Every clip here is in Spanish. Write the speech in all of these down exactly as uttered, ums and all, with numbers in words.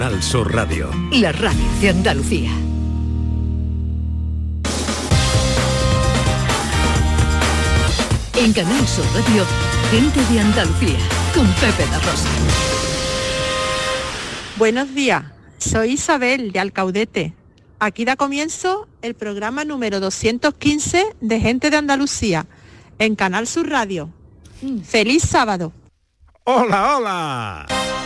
Canal Sur Radio. La radio de Andalucía. En Canal Sur Radio, Gente de Andalucía, con Pepe da Rosa. Buenos días, soy Isabel de Alcaudete. Aquí da comienzo el programa número doscientos quince de Gente de Andalucía, en Canal Sur Radio. ¡Feliz sábado! ¡Hola, hola!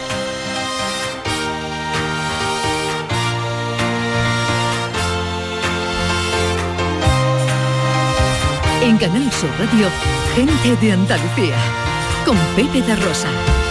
En Canal Sur Radio, Gente de Andalucía, con Pepe da Rosa.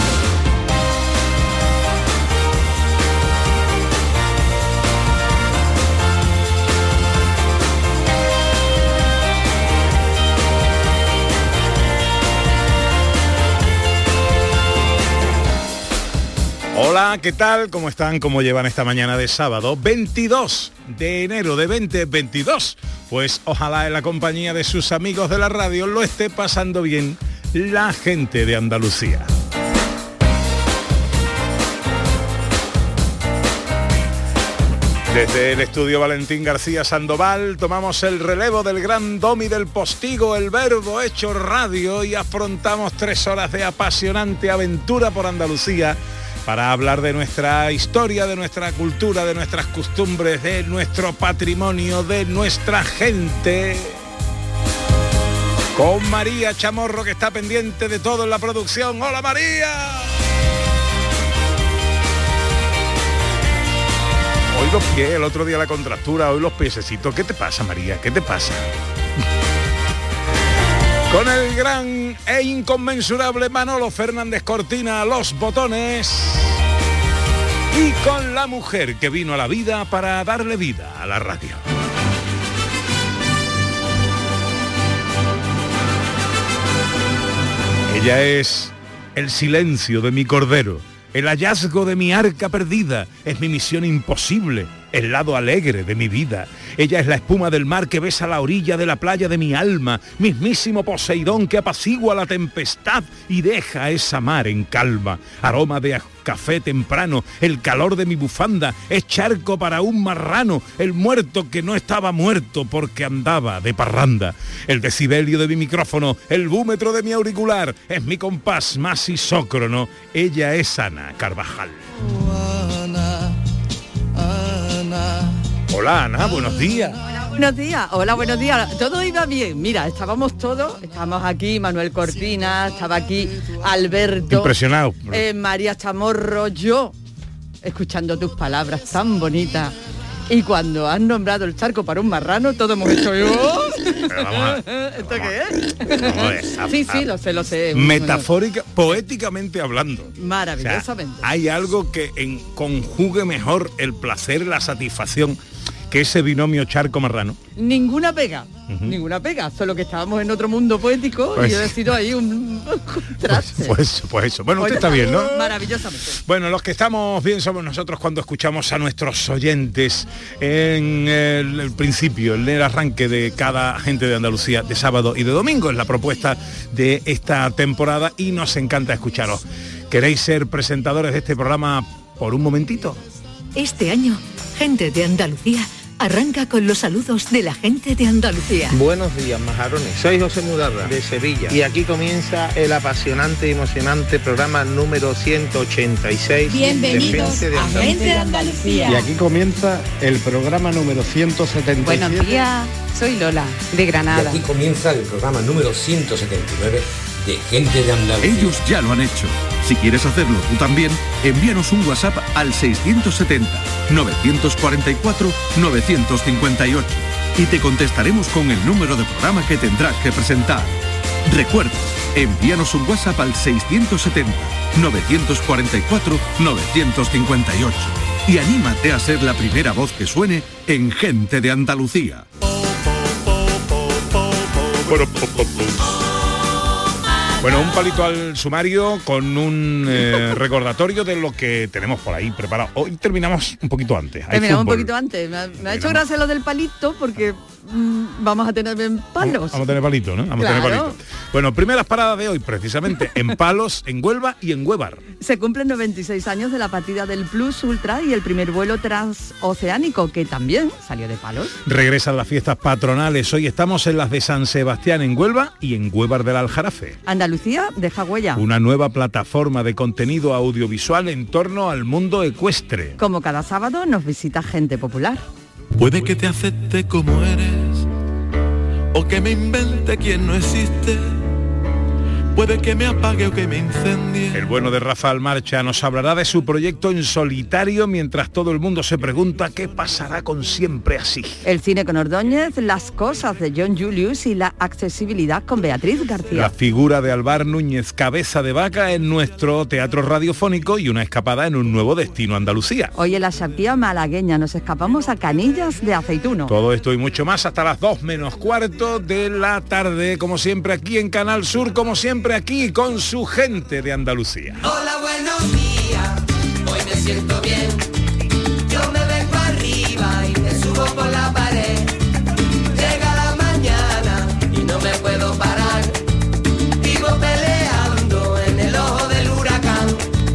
Hola, ¿qué tal? ¿Cómo están? ¿Cómo llevan esta mañana de sábado veintidós de enero de veinte veintidós? Pues ojalá en la compañía de sus amigos de la radio lo esté pasando bien la gente de Andalucía. Desde el estudio Valentín García Sandoval tomamos el relevo del gran domi del postigo, el verbo hecho radio, y afrontamos tres horas de apasionante aventura por Andalucía para hablar de nuestra historia, de nuestra cultura, de nuestras costumbres, de nuestro patrimonio, de nuestra gente. Con María Chamorro, que está pendiente de todo en la producción. ¡Hola, María! Hoy los pies, el otro día la contractura, hoy los piececitos. ¿Qué te pasa, María? ¿Qué te pasa? Con el gran e inconmensurable Manolo Fernández Cortina a los botones. Y con la mujer que vino a la vida para darle vida a la radio. Ella es el silencio de mi cordero, el hallazgo de mi arca perdida, es mi misión imposible, el lado alegre de mi vida. Ella es la espuma del mar que besa la orilla de la playa de mi alma, mismísimo Poseidón que apacigua la tempestad y deja esa mar en calma. Aroma de café temprano, el calor de mi bufanda, es charco para un marrano, el muerto que no estaba muerto porque andaba de parranda. El decibelio de mi micrófono, el búmetro de mi auricular, es mi compás más isócrono. Ella es Ana Carvajal. Hola, Ana, buenos días. Hola, buenos días. Hola, buenos días. Todo iba bien. Mira, estábamos todos, estábamos aquí, Manuel Cortina, estaba aquí Alberto. Impresionado. Eh, María Chamorro, yo, escuchando tus palabras tan bonitas. Y cuando has nombrado el charco para un marrano, todos hemos hecho yo. ¿Esto qué es? Vamos a ver, a, sí, sí, lo sé, lo sé. Metafórica, poéticamente hablando. Maravillosamente. O sea, hay algo que en, conjugue mejor el placer, la satisfacción, que ese binomio charco-marrano. Ninguna pega, uh-huh. ninguna pega, solo que estábamos en otro mundo poético pues, y yo he sido ahí un contraste. Pues, pues, pues eso, bueno, usted está bien, ¿no? Maravillosamente. Bueno, los que estamos bien somos nosotros cuando escuchamos a nuestros oyentes en el, el principio, en el arranque de cada Gente de Andalucía de sábado y de domingo. Es la propuesta de esta temporada y nos encanta escucharos. ¿Queréis ser presentadores de este programa por un momentito? Este año, Gente de Andalucía arranca con los saludos de la gente de Andalucía. Buenos días, majarones. Soy José Mudarra, de Sevilla. Y aquí comienza el apasionante y emocionante programa número ciento ochenta y seis. Bienvenidos de a Gente de Andalucía. Y aquí comienza el programa número ciento setenta y siete. Buenos días, soy Lola, de Granada. Y aquí comienza el programa número ciento setenta y nueve de Gente de Andalucía. Ellos ya lo han hecho. Si quieres hacerlo tú también, envíanos un WhatsApp al seiscientos setenta, novecientos cuarenta y cuatro, novecientos cincuenta y ocho y te contestaremos con el número de programa que tendrás que presentar. Recuerda, envíanos un WhatsApp al seiscientos setenta, novecientos cuarenta y cuatro, novecientos cincuenta y ocho y anímate a ser la primera voz que suene en Gente de Andalucía. Bueno, un palito al sumario con un eh, recordatorio de lo que tenemos por ahí preparado. Hoy terminamos un poquito antes. Terminamos un poquito antes. Me ha, me ha hecho gracia lo del palito porque mmm, vamos a tener en Palos. Vamos a tener palito, ¿no? Vamos Claro. a tener palito. Bueno, primeras paradas de hoy, precisamente, en Palos, en Huelva y en Huévar. Se cumplen noventa y seis años de la partida del Plus Ultra y el primer vuelo transoceánico, que también salió de Palos. Regresan las fiestas patronales. Hoy estamos en las de San Sebastián en Huelva y en Huévar del Aljarafe. Andalucía deja huella. Una nueva plataforma de contenido audiovisual en torno al mundo ecuestre. Como cada sábado nos visita gente popular. Puede que te acepte como eres, o que me invente quien no existe. Puede que me apague o que me incendie. El bueno de Rafael Marcha nos hablará de su proyecto en solitario mientras todo el mundo se pregunta qué pasará con Siempre Así. El cine con Ordóñez, Las cosas de John Julius y la accesibilidad con Beatriz García. La figura de Alvar Núñez Cabeza de Vaca en nuestro teatro radiofónico y una escapada en un nuevo destino Andalucía. Hoy en la Charquía malagueña nos escapamos a Canillas de Aceituno. Todo esto y mucho más hasta las dos menos cuarto de la tarde, como siempre aquí en Canal Sur, como siempre aquí con su gente de Andalucía. Hola, buenos días, hoy me siento bien. Yo me vengo arriba y me subo por la pared. Llega la mañana y no me puedo parar. Vivo peleando en el ojo del huracán.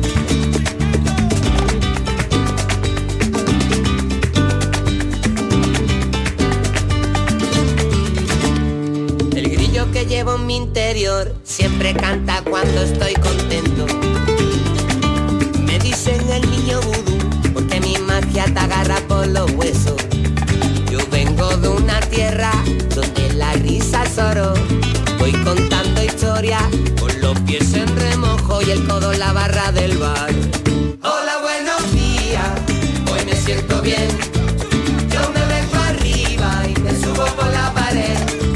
El grillo que llevo en mi interior siempre canta cuando estoy contento. Me dicen el niño vudú porque mi magia te agarra por los huesos. Yo vengo de una tierra donde la risa es oro. Voy contando historias con los pies en remojo y el codo en la barra del bar. Hola, buenos días, hoy me siento bien. Yo me vengo arriba y me subo por la pared.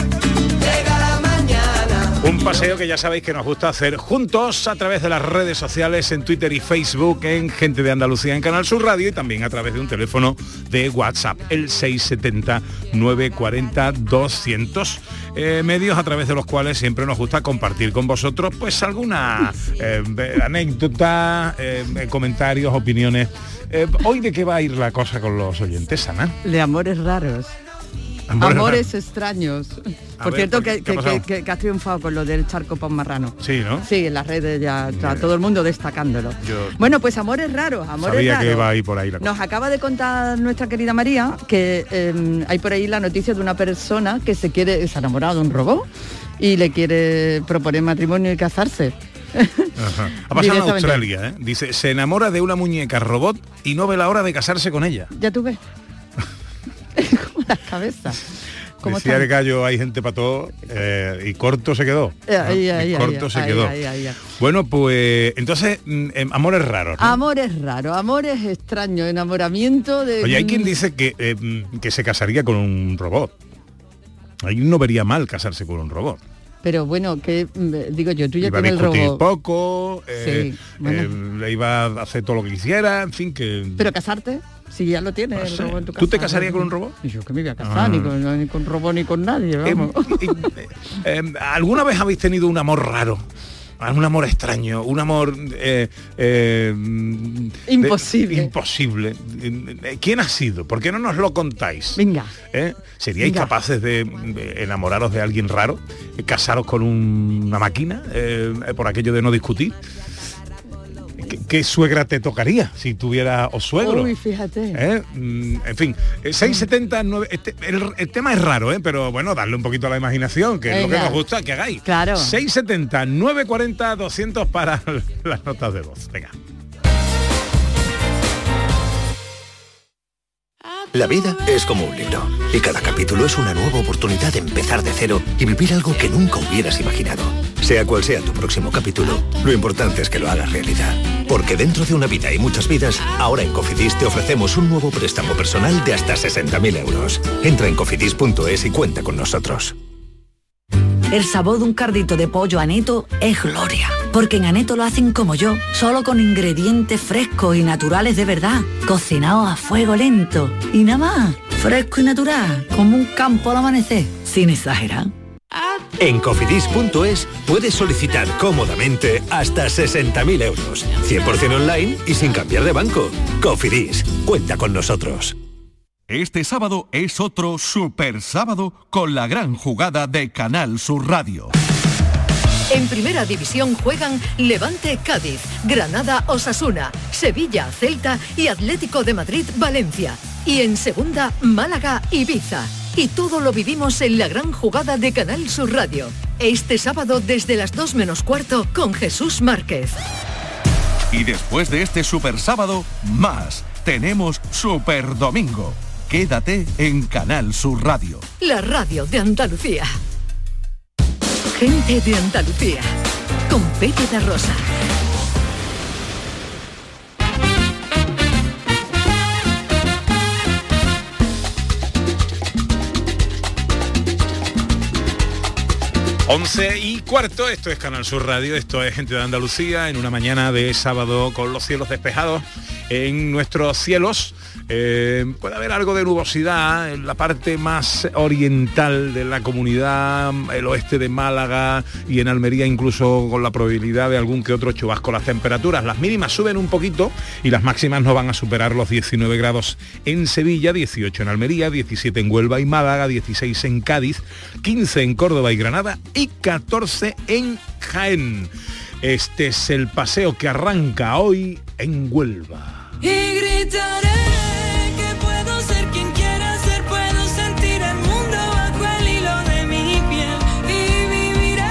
Un paseo que ya sabéis que nos gusta hacer juntos a través de las redes sociales, en Twitter y Facebook, en Gente de Andalucía en Canal Sur Radio y también a través de un teléfono de WhatsApp, el seis setenta, nueve cuarenta, doscientos, eh, medios a través de los cuales siempre nos gusta compartir con vosotros pues alguna eh, anécdota, eh, comentarios, opiniones. Eh, ¿Hoy de qué va a ir la cosa con los oyentes, Ana? De amores raros. Amores, amores extraños. A Por ver, cierto, ¿por qué? que, ¿Qué ha que, pasado? que, que has triunfado con lo del charco panmarrano. Sí, ¿no? Sí, en las redes ya está todo el mundo destacándolo. Yo Bueno, pues amores raros, amores sabía raros. que iba a ir por ahí la cosa. Nos acaba de contar nuestra querida María que eh, hay por ahí la noticia de una persona que se quiere, se ha enamorado de un robot y le quiere proponer matrimonio y casarse. Ajá. Ha pasado en Directamente. Australia, ¿eh? Dice, se enamora de una muñeca robot y no ve la hora de casarse con ella. Ya tú ves. Como las cabezas. ¿Cómo Decía están? el gallo, hay gente para todo, eh, y corto se quedó. Eh, ¿no? ahí, Y ahí, corto ahí, se ahí, quedó. ahí, ahí, ahí. Bueno, pues entonces, mm, eh, amores raros, ¿no? Amores raros, amores extraños, enamoramiento de... Oye, hay quien dice que, eh, mm, que se casaría con un robot. Ahí no vería mal casarse con un robot. Pero bueno, que mm, digo yo, tú ya Iba a tienes el discutir robot. poco, eh, Sí, bueno. eh, le iba a hacer todo lo que quisiera, en fin, que... Pero casarte, si ya lo tienes No el sé. robot en tu casa. ¿Tú te casarías con un robot? Yo que me voy a casar, Ah. ni, con, ni con robot ni con nadie, vamos. Eh, eh, eh, ¿Alguna vez habéis tenido un amor raro? Un amor extraño, un amor eh, eh, de- Imposible. imposible. Eh, ¿Quién ha sido? ¿Por qué no nos lo contáis? Venga. ¿Eh? ¿Seríais Venga. capaces de, de enamoraros de alguien raro? Eh, ¿Casaros con un- una máquina? Eh, por aquello de no discutir. ¿Qué, qué suegra te tocaría si tuviera o suegro? Uy, fíjate. ¿Eh? Mm, En fin, eh, seis setenta, nueve, este, el, el tema es raro, ¿eh? Pero bueno, darle un poquito a la imaginación, que es lo que Venga. nos gusta que hagáis. Claro. seis setenta, nueve cuarenta, doscientos para las notas de voz. Venga. La vida es como un libro y cada capítulo es una nueva oportunidad de empezar de cero y vivir algo que nunca hubieras imaginado. Sea cual sea tu próximo capítulo, lo importante es que lo hagas realidad. Porque dentro de una vida y muchas vidas, ahora en Cofidis te ofrecemos un nuevo préstamo personal de hasta sesenta mil euros. Entra en cofidis punto es y cuenta con nosotros. El sabor de un cardito de pollo Aneto es gloria, porque en Aneto lo hacen como yo, solo con ingredientes frescos y naturales de verdad, cocinados a fuego lento. Y nada más, fresco y natural, como un campo al amanecer, sin exagerar. En cofidis punto es puedes solicitar cómodamente hasta sesenta mil euros, cien por ciento online y sin cambiar de banco. Cofidis, cuenta con nosotros. Este sábado es otro super sábado con la gran jugada de Canal Sur Radio. En Primera División juegan Levante Cádiz, Granada Osasuna, Sevilla Celta y Atlético de Madrid Valencia. Y en Segunda Málaga Ibiza. Y todo lo vivimos en la gran jugada de Canal Sur Radio. Este sábado desde las dos menos cuarto con Jesús Márquez. Y después de este super sábado, más. Tenemos Super Domingo. Quédate en Canal Sur Radio. La radio de Andalucía. Gente de Andalucía. Con Pepe da Rosa. Once y cuarto, esto es Canal Sur Radio, esto es Gente de Andalucía, en una mañana de sábado con los cielos despejados en nuestros cielos. Eh, puede haber algo de nubosidad en la parte más oriental de la comunidad, el oeste de Málaga y en Almería, incluso con la probabilidad de algún que otro chubasco. Las temperaturas, las mínimas suben un poquito y las máximas no van a superar los diecinueve grados en Sevilla, dieciocho en Almería, diecisiete en Huelva y Málaga, dieciséis en Cádiz, quince en Córdoba y Granada y catorce en Jaén. Este es el paseo que arranca hoy en Huelva. Y gritaré que puedo ser quien quiera ser, puedo sentir el mundo bajo el hilo de mi piel y viviré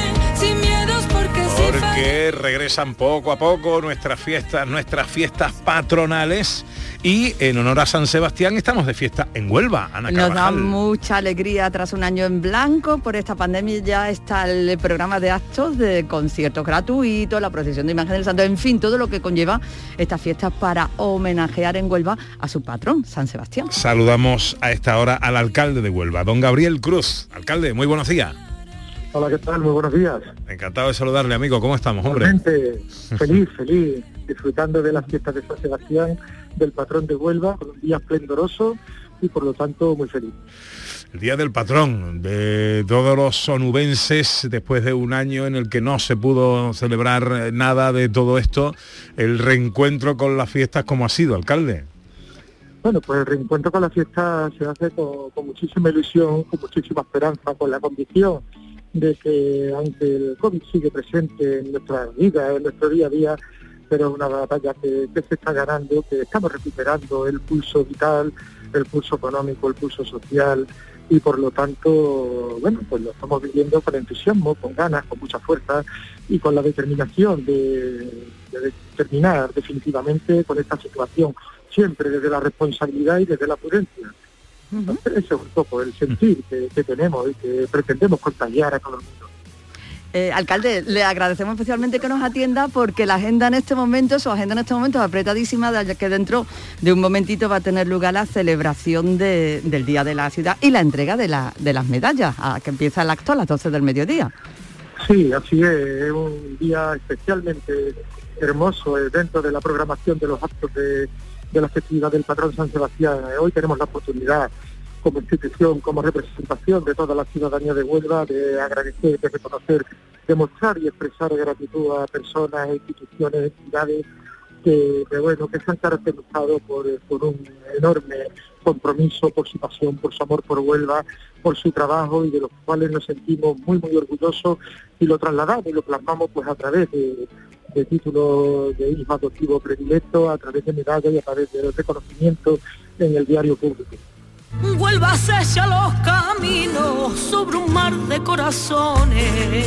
sin miedos porque porque regresan poco a poco nuestras fiestas, nuestras fiestas patronales. Y en honor a San Sebastián estamos de fiesta en Huelva, Ana Carvajal. Nos da mucha alegría tras un año en blanco. Por esta pandemia ya está el programa de actos, de conciertos gratuitos, la procesión de Imagen del Santo, en fin, todo lo que conlleva estas fiestas para homenajear en Huelva a su patrón, San Sebastián. Saludamos a esta hora al alcalde de Huelva, don Gabriel Cruz. Alcalde, muy buenos días. Hola, ¿qué tal? Muy buenos días. Encantado de saludarle, amigo. ¿Cómo estamos, hombre? Realmente feliz, feliz, disfrutando de las fiestas de San Sebastián, del patrón de Huelva, con un día esplendoroso y por lo tanto muy feliz. El día del patrón de todos los onubenses, después de un año en el que no se pudo celebrar nada de todo esto, el reencuentro con las fiestas, ¿cómo ha sido, alcalde? Bueno, pues el reencuentro con las fiestas se hace con, con muchísima ilusión, con muchísima esperanza, con la convicción de que aunque el COVID sigue presente en nuestra vida, en nuestro día a día, pero es una batalla que, que se está ganando, que estamos recuperando el pulso vital, el pulso económico, el pulso social, y por lo tanto, bueno, pues lo estamos viviendo con entusiasmo, con ganas, con mucha fuerza y con la determinación de, de terminar definitivamente con esta situación, siempre desde la responsabilidad y desde la prudencia. Uh-huh. Ese es un poco el sentir que, que tenemos y que pretendemos contagiar a todo el mundo. Eh, alcalde, le agradecemos especialmente que nos atienda porque la agenda en este momento, su agenda en este momento es apretadísima, ya que dentro de un momentito va a tener lugar la celebración de, del Día de la Ciudad y la entrega de, la, de las medallas, a, que empieza el acto a las doce del mediodía. Sí, así es, es un día especialmente hermoso eh, dentro de la programación de los actos de de la festividad del patrón San Sebastián. Hoy tenemos la oportunidad, como institución, como representación de toda la ciudadanía de Huelva, de agradecer, de reconocer, de mostrar y expresar gratitud a personas, instituciones, entidades que, que, bueno, que se han caracterizado por, por un enorme compromiso, por su pasión, por su amor por Huelva, por su trabajo, y de los cuales nos sentimos muy, muy orgullosos y lo trasladamos y lo plasmamos pues a través de de título de hijo adoptivo predilecto, a través de medallas y a través de reconocimiento en el diario público. Huelva sella los caminos sobre un mar de corazones,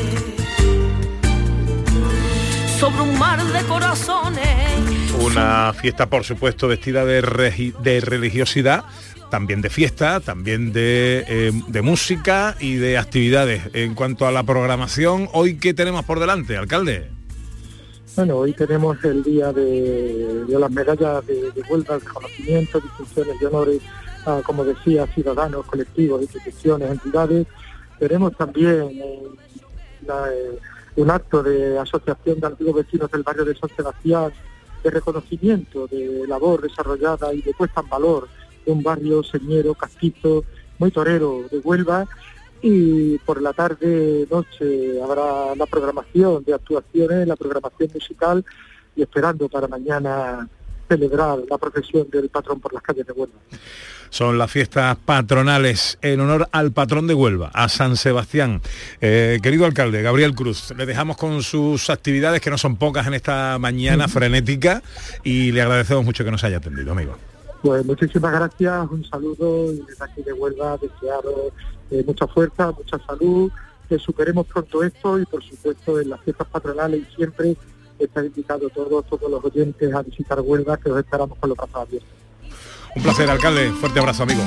sobre un mar de corazones. Una fiesta, por supuesto, vestida de, regi- de religiosidad, también de fiesta, también de, eh, de música y de actividades. En cuanto a la programación, ¿hoy qué tenemos por delante, alcalde? Bueno, hoy tenemos el día de, de las medallas de, de Huelva, el reconocimiento, distinciones y honores a, como decía, ciudadanos, colectivos, instituciones, entidades. Tenemos también eh, la, eh, un acto de asociación de antiguos vecinos del barrio de San Sebastián, de reconocimiento de labor desarrollada y de puesta en valor de un barrio señero, castizo, muy torero de Huelva. Y por la tarde, noche, habrá la programación de actuaciones, la programación musical, y esperando para mañana celebrar la procesión del patrón por las calles de Huelva. Son las fiestas patronales en honor al patrón de Huelva, a San Sebastián. Eh, querido alcalde, Gabriel Cruz, le dejamos con sus actividades, que no son pocas en esta mañana frenética, y le agradecemos mucho que nos haya atendido, amigo. Pues muchísimas gracias, un saludo, y desde aquí de Huelva desearos eh, mucha fuerza, mucha salud, que superemos pronto esto, y por supuesto en las fiestas patronales y siempre están invitados todos, todos los oyentes a visitar Huelva, que os esperamos con los brazos abiertos. Un placer, alcalde. Fuerte abrazo, amigo.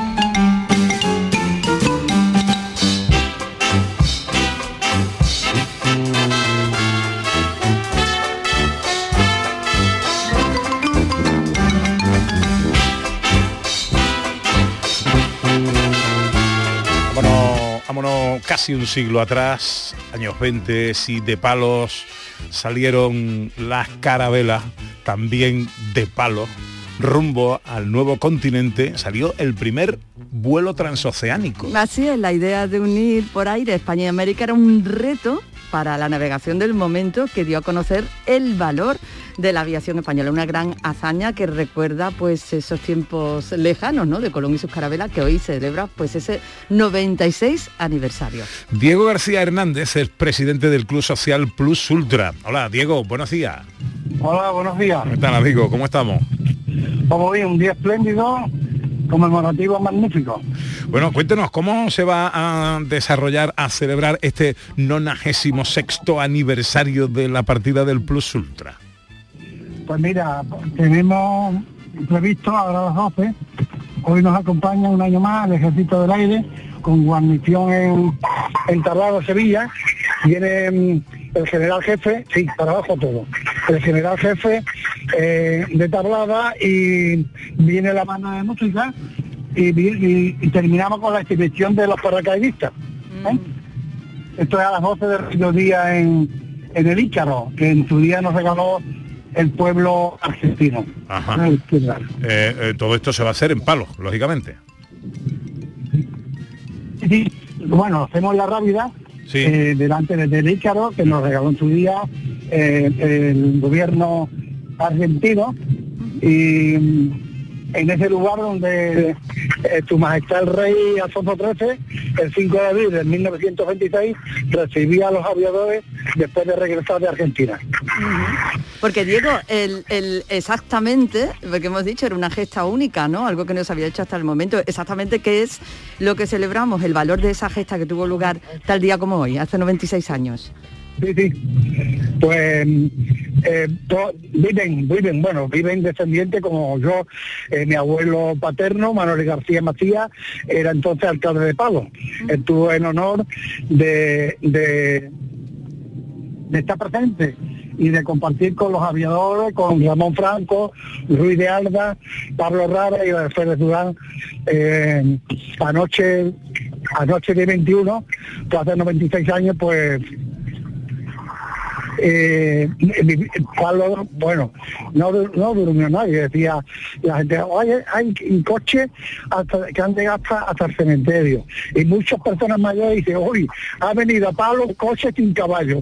Vámonos, vámonos casi un siglo atrás, años veinte, y de Palos salieron las carabelas, también de Palos. Rumbo al nuevo continente salió el primer vuelo transoceánico. Así es, la idea de unir por aire España y América era un reto para la navegación del momento, que dio a conocer el valor de la aviación española, una gran hazaña que recuerda pues esos tiempos lejanos, ¿no?, de Colón y sus carabelas, que hoy celebra pues ese noventa y seis aniversario. Diego García Hernández es presidente del Club Social Plus Ultra. Hola, Diego, buenos días. Hola, buenos días. ¿Qué tal, amigo? ¿Cómo estamos? Vamos bien, un día espléndido, conmemorativo magnífico. Bueno, cuéntenos, ¿cómo se va a desarrollar, a celebrar este nonagésimo sexto aniversario de la partida del Plus Ultra? Pues mira, tenemos previsto ahora a las doce, hoy nos acompaña un año más el Ejército del Aire, con guarnición en, en Tablado, Sevilla. Viene el general jefe, sí, para abajo todo, el general jefe eh, de Tablada, y viene la banda de música, y, y, y terminamos con la exhibición de los paracaidistas. ¿eh? Mm. Esto es a las doce del mediodía en, en el Ícaro, que en su día nos regaló el pueblo argentino. Ajá. Eh, eh, todo esto se va a hacer en Palos, lógicamente. Sí, bueno, hacemos la rápida. Sí. Eh, delante del Ícaro, que nos regaló en su día eh, el gobierno argentino, y en ese lugar donde eh, tu majestad el rey Alfonso trece, el cinco de abril de mil novecientos veintiséis, recibía a los aviadores después de regresar de Argentina. Uh-huh. Porque Diego, el, el exactamente, porque hemos dicho, era una gesta única, ¿no? Algo que no se había hecho hasta el momento. Exactamente, ¿qué es lo que celebramos? El valor de esa gesta que tuvo lugar tal día como hoy, hace noventa y seis años. Sí, sí. Pues eh, to, viven, viven, bueno, viven descendientes como yo. Eh, mi abuelo paterno, Manuel García Macías, era entonces alcalde de Palos. Uh-huh. Estuvo en honor de, de, de estar presente y de compartir con los aviadores, con Ramón Franco, Ruiz de Alda, Pablo Rara y Félix Durán, eh, anoche, anoche de veintiuno, pues hace noventa y seis años, pues Eh, Pablo, bueno, no, no durmió nadie, decía la gente, oye, hay un coche hasta, que han llegado hasta, hasta el cementerio, y muchas personas mayores dicen, hoy ha venido a Pablo coche sin caballo.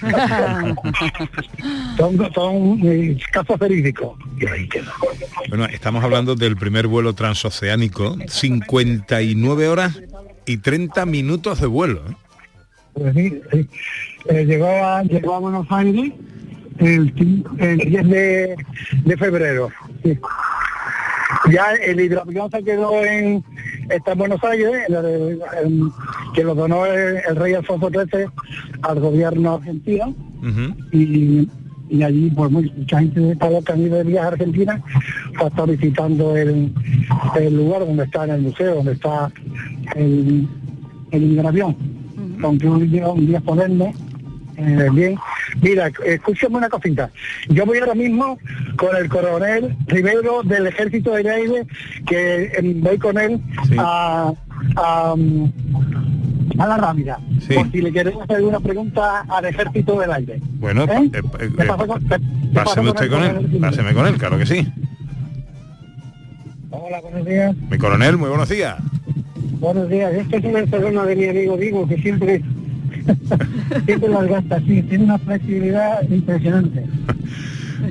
son son eh, casos verídicos. Bueno, estamos hablando del primer vuelo transoceánico, cincuenta y nueve horas y treinta minutos de vuelo, ¿eh? Pues sí, sí. Eh, llegó, a, llegó a Buenos Aires el, el diez de, de febrero. Sí. Ya el hidroavión se quedó en, está en Buenos Aires, el, el, el, que lo donó el, el rey Alfonso trece al gobierno argentino. Uh-huh. y, y allí pues mucha gente de Palos que han ido de viaje a Argentina va a estar visitando el, el lugar donde está, en el museo, donde está el, el hidroavión. Aunque un día, un día ponerme eh, bien. Mira, escúchame una cosita. Yo voy ahora mismo con el coronel Rivero del Ejército del Aire, que eh, voy con él sí. a, a, a la Rábida. Sí. Por si le queréis hacer alguna pregunta al Ejército del Aire. Bueno, ¿eh? eh, eh, eh, páseme usted con él, él páseme con él, claro que sí. Hola, buenos días. Mi coronel, muy buenos días. Buenos días, este es el teléfono de mi amigo Diego, que siempre siempre las gasta así, tiene una flexibilidad impresionante.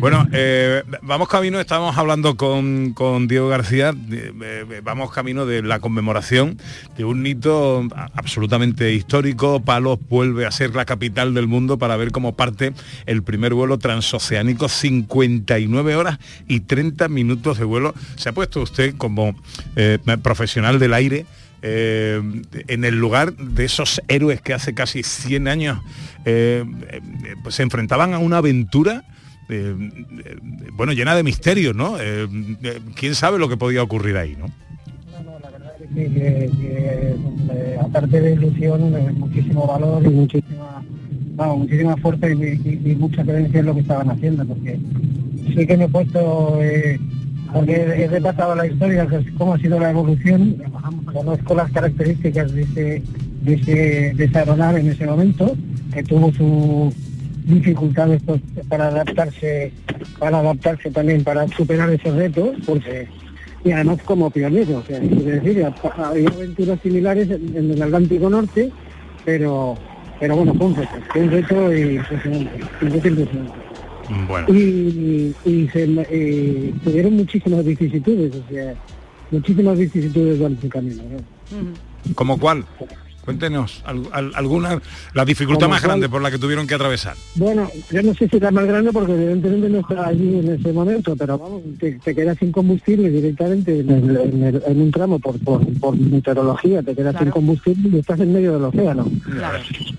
Bueno, eh, vamos camino, estábamos hablando con, con Diego García, eh, eh, vamos camino de la conmemoración de un hito absolutamente histórico. Palos vuelve a ser la capital del mundo para ver cómo parte el primer vuelo transoceánico, cincuenta y nueve horas y treinta minutos de vuelo. Se ha puesto usted como eh, profesional del aire Eh, en el lugar de esos héroes que hace casi cien años eh, eh, pues se enfrentaban a una aventura eh, eh, bueno, llena de misterios, ¿no? Eh, eh, quién sabe lo que podía ocurrir ahí, ¿no? No, no, la verdad es que, que, que eh, aparte de ilusión, eh, muchísimo valor y muchísima, vamos, muchísima fuerza y, y, y mucha creencia en lo que estaban haciendo, porque sí que me he puesto... Eh, porque he repasado la historia, cómo ha sido la evolución, conozco las características de ese, de ese, de esa aeronave en ese momento, que tuvo sus dificultades pues, para adaptarse, para adaptarse también, para superar esos retos, porque y además como pionero, o sea, es decir, había aventuras similares en, en el Atlántico Norte, pero pero bueno, fue un reto, fue un reto impresionante, un reto impresionante. Bueno. Y, y se eh, tuvieron muchísimas vicisitudes, o sea, muchísimas vicisitudes durante el camino, ¿no? ¿Cómo cuál? Cuéntenos, al, al, alguna, la dificultad más grande por la que tuvieron que atravesar. Bueno, yo no sé si era más grande porque evidentemente no estaba allí en ese momento, pero vamos, te, te quedas sin combustible directamente en, el, en, el, en un tramo por, por, por meteorología, te quedas claro. sin combustible y estás en medio del océano. Claro.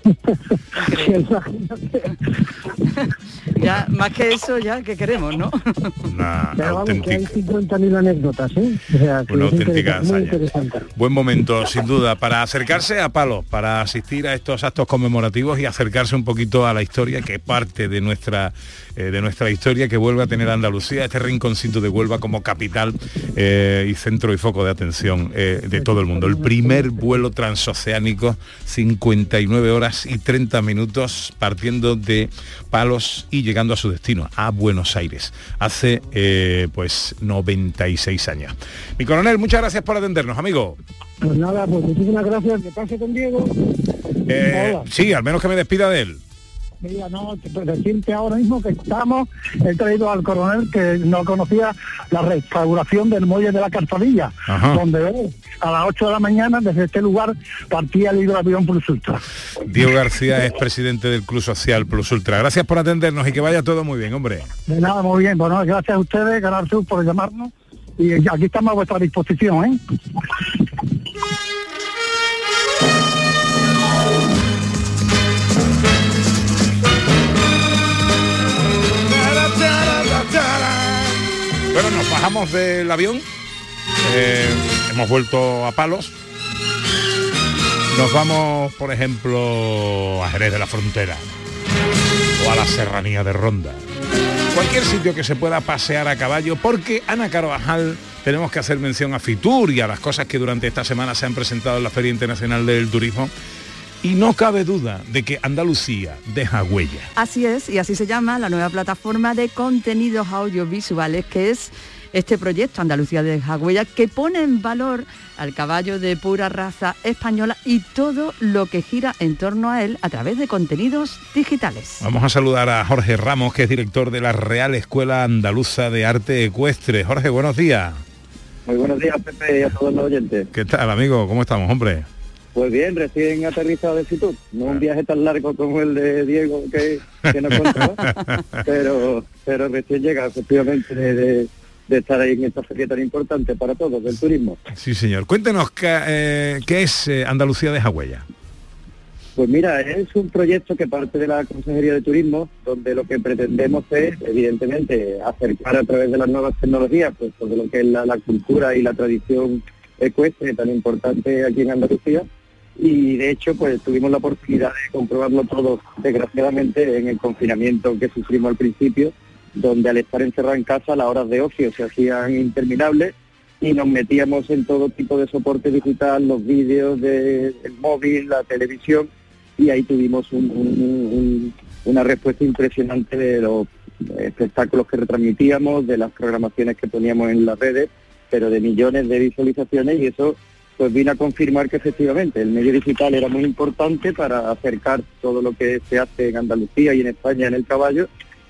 Ya, más que eso, ya, ¿qué queremos, no? Una pero vamos, auténtica... que hay cincuenta mil anécdotas, ¿eh? O sea, que una es auténtica muy hazaña. interesante. Buen momento, sin duda, para acercarse a Palos, para asistir a estos actos conmemorativos y acercarse un poquito a la historia, que parte de nuestra eh, de nuestra historia, que vuelve a tener Andalucía, este rinconcito de Huelva como capital eh, y centro y foco de atención eh, de todo el mundo. El primer vuelo transoceánico, cincuenta y nueve horas y treinta minutos, partiendo de Palos y llegando a su destino, a Buenos Aires, hace eh, pues noventa y seis años. Mi coronel, muchas gracias por atendernos, amigo. Pues nada, pues muchísimas gracias, que pase con Diego. Eh, sí, al menos que me despida de él. Mira, no, decirte ahora mismo que estamos, he traído al coronel que no conocía la restauración del muelle de la Cartadilla, donde ¿ves? A las ocho de la mañana desde este lugar partía el hidroavión Plus Ultra. Diego García es presidente del Club Social Plus Ultra. Gracias por atendernos y que vaya todo muy bien, hombre. De nada, muy bien. Bueno, gracias a ustedes, Canal Sur, por llamarnos y aquí estamos a vuestra disposición, ¿eh? Bueno, nos bajamos del avión, eh, hemos vuelto a Palos, nos vamos, por ejemplo, a Jerez de la Frontera o a la Serranía de Ronda, cualquier sitio que se pueda pasear a caballo, porque Ana Carvajal, tenemos que hacer mención a Fitur y a las cosas que durante esta semana se han presentado en la Feria Internacional del Turismo. Y no cabe duda de que Andalucía deja huella. Así es, y así se llama la nueva plataforma de contenidos audiovisuales, que es este proyecto Andalucía deja huella, que pone en valor al caballo de pura raza española y todo lo que gira en torno a él a través de contenidos digitales. Vamos a saludar a Jorge Ramos, que es director de la Real Escuela Andaluza de Arte Ecuestre. Jorge, buenos días. Muy buenos días, Pepe, y a todos los oyentes. ¿Qué tal, amigo? ¿Cómo estamos, hombre? Pues bien, recién aterrizado de Fitur. No un viaje tan largo como el de Diego que, que nos contó, pero, pero recién llega efectivamente de, de, de estar ahí en esta feria tan importante para todos, del turismo. Sí, señor. Cuéntenos, ¿qué, eh, ¿qué es eh, Andalucía deja huella? Pues mira, es un proyecto que parte de la Consejería de Turismo, donde lo que pretendemos es, evidentemente, acercar a través de las nuevas tecnologías, pues todo lo que es la, la cultura y la tradición ecuestre tan importante aquí en Andalucía. Y de hecho pues tuvimos la oportunidad de comprobarlo todo, desgraciadamente, en el confinamiento que sufrimos al principio, donde al estar encerrado en casa las horas de ocio se hacían interminables y nos metíamos en todo tipo de soporte digital, los vídeos del móvil, la televisión, y ahí tuvimos un, un, un, una respuesta impresionante de los espectáculos que retransmitíamos, de las programaciones que poníamos en las redes, pero de millones de visualizaciones, y eso pues vino a confirmar que efectivamente el medio digital era muy importante para acercar todo lo que se hace en Andalucía y en España en el caballo,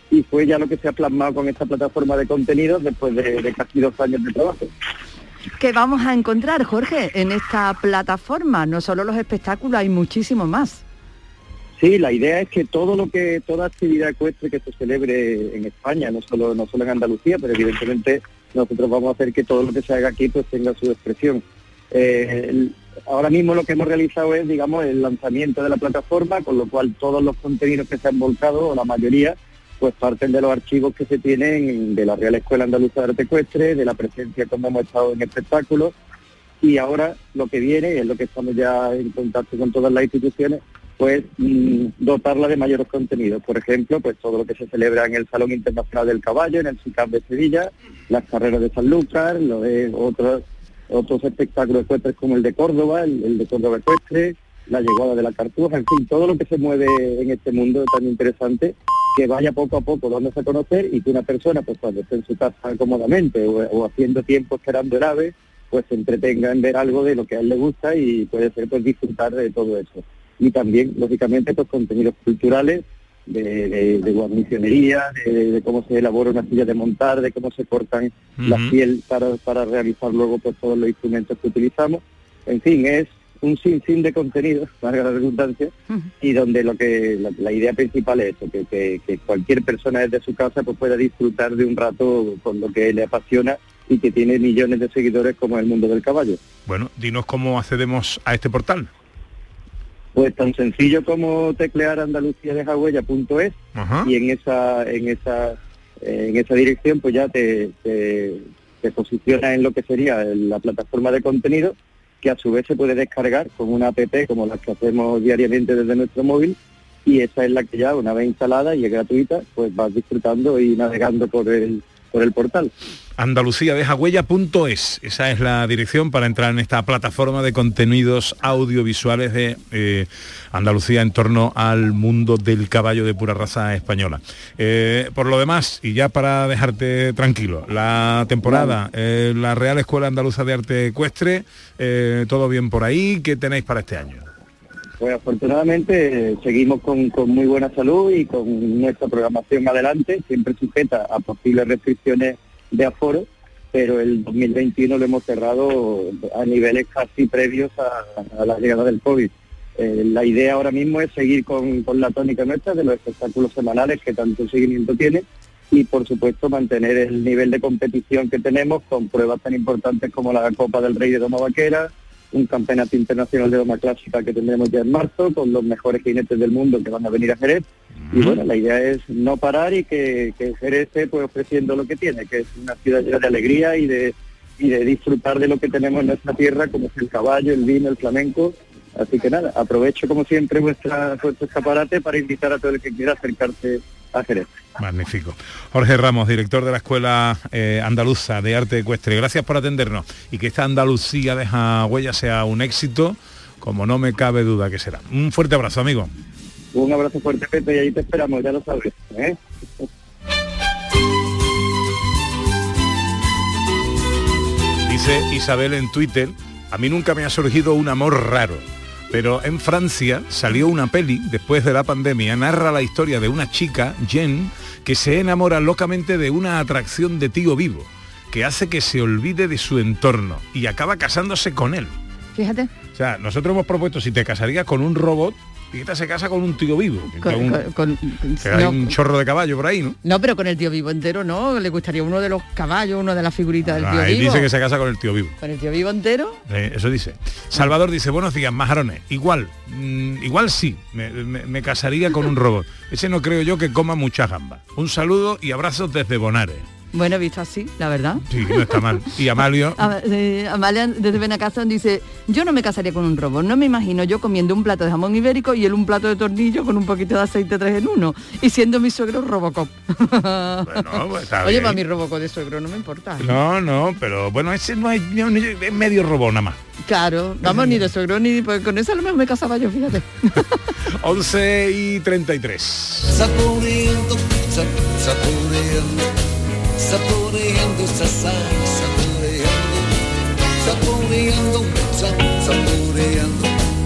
y fue ya lo que se ha plasmado con esta plataforma de contenidos después de, de casi dos años de trabajo. ¿Qué vamos a encontrar, Jorge, en esta plataforma? No solo los espectáculos, hay muchísimo más. Sí, la idea es que todo lo que, toda actividad ecuestre que se celebre en España, no solo, no solo en Andalucía, pero evidentemente nosotros vamos a hacer que todo lo que se haga aquí pues tenga su expresión. Eh, el, ahora mismo lo que hemos realizado es, digamos, el lanzamiento de la plataforma, con lo cual todos los contenidos que se han volcado, o la mayoría, pues parten de los archivos que se tienen de la Real Escuela Andaluza de Arte Ecuestre, de la presencia como hemos estado en espectáculos, y ahora lo que viene, es lo que estamos ya en contacto con todas las instituciones, pues mmm, dotarla de mayores contenidos. Por ejemplo, pues todo lo que se celebra en el Salón Internacional del Caballo, en el SICAP de Sevilla, las carreras de Sanlúcar, lo de otros otros espectáculos ecuestres como el de Córdoba, el, el de Córdoba Ecuestre, la llegada de la Cartuja, en fin, todo lo que se mueve en este mundo tan interesante, que vaya poco a poco dándose a conocer y que una persona, pues cuando esté en su casa cómodamente o, o haciendo tiempo esperando el ave, pues se entretenga en ver algo de lo que a él le gusta y puede ser pues disfrutar de todo eso. Y también, lógicamente, pues contenidos culturales, de, de, de guarnicionería, de, de cómo se elabora una silla de montar, de cómo se cortan uh-huh. la piel para, para realizar luego pues todos los instrumentos que utilizamos. En fin, es un sinfín de contenidos, valga la redundancia, uh-huh. y donde lo que la, la idea principal es eso, que, que, que cualquier persona desde su casa pues pueda disfrutar de un rato con lo que le apasiona y que tiene millones de seguidores como el mundo del caballo. Bueno, dinos cómo accedemos a este portal. Pues tan sencillo como teclear andalucía deja huella punto es uh-huh. y en esa en esa en esa dirección pues ya te, te, te posiciona en lo que sería la plataforma de contenido, que a su vez se puede descargar con una app como las que hacemos diariamente desde nuestro móvil, y esa es la que ya una vez instalada y es gratuita, pues vas disfrutando y navegando por el por el portal. andalucía deja huella punto es, esa es la dirección para entrar en esta plataforma de contenidos audiovisuales de eh, Andalucía en torno al mundo del caballo de pura raza española. Eh, por lo demás, y ya para dejarte tranquilo, la temporada, eh, la Real Escuela Andaluza de Arte Ecuestre, eh, todo bien por ahí, ¿qué tenéis para este año? Pues afortunadamente eh, seguimos con, con muy buena salud y con nuestra programación adelante, siempre sujeta a posibles restricciones de aforo, pero el dos mil veintiuno lo hemos cerrado a niveles casi previos a, a la llegada del COVID. Eh, la idea ahora mismo es seguir con, con la tónica nuestra de los espectáculos semanales que tanto seguimiento tiene, y por supuesto mantener el nivel de competición que tenemos con pruebas tan importantes como la Copa del Rey de Doma Vaquera, un campeonato internacional de doma clásica que tendremos ya en marzo, con los mejores jinetes del mundo que van a venir a Jerez. Y bueno, la idea es no parar y que, que Jerez esté pues ofreciendo lo que tiene, que es una ciudad llena de alegría y de, y de disfrutar de lo que tenemos en nuestra tierra, como es el caballo, el vino, el flamenco. Así que nada, aprovecho como siempre vuestra, vuestro escaparate para invitar a todo el que quiera acercarse a Jerez. Magnífico. Jorge Ramos, director de la Escuela eh, Andaluza de Arte Ecuestre, gracias por atendernos, y que esta Andalucía deja huella sea un éxito, como no me cabe duda que será. Un fuerte abrazo, amigo. Un abrazo fuerte, Pepe, y ahí te esperamos, ya lo sabes, ¿eh? Dice Isabel en Twitter: a mí nunca me ha surgido un amor raro, pero en Francia salió una peli después de la pandemia, narra la historia de una chica, Jen, que se enamora locamente de una atracción de tío vivo, que hace que se olvide de su entorno y acaba casándose con él. Fíjate. O sea, nosotros hemos propuesto si te casarías con un robot, y esta se casa con un tío vivo. Con, un, con, con, que hay no, un chorro de caballo por ahí, ¿no? No, pero con el tío vivo entero no, le gustaría uno de los caballos, una de las figuritas del tío ahí vivo. Dice que se casa con el tío vivo. ¿Con el tío vivo entero? Eh, eso dice. Salvador dice: buenos días, majarones. Igual, mmm, igual sí, me, me, me casaría con un robot. Ese no creo yo que coma mucha gamba. Un saludo y abrazos desde Bonares. Bueno, visto así, la verdad. Sí, no está mal. Y Amalio... A, eh, Amalia desde Benacazón dice: yo no me casaría con un robot, no me imagino yo comiendo un plato de jamón ibérico y él un plato de tornillo con un poquito de aceite tres en uno, y siendo mi suegro Robocop. Bueno, pues está Oye, bien. para mi Robocop de suegro no me importa. No, no, pero bueno, ese no es, no, es medio robot nada más. Claro, vamos, ni de suegro ni... Pues con eso a lo mejor me casaba yo, fíjate. once y treinta y tres. Saboreando, saboreando, saboreando esa sal, saboreando, saboreando, saboreando,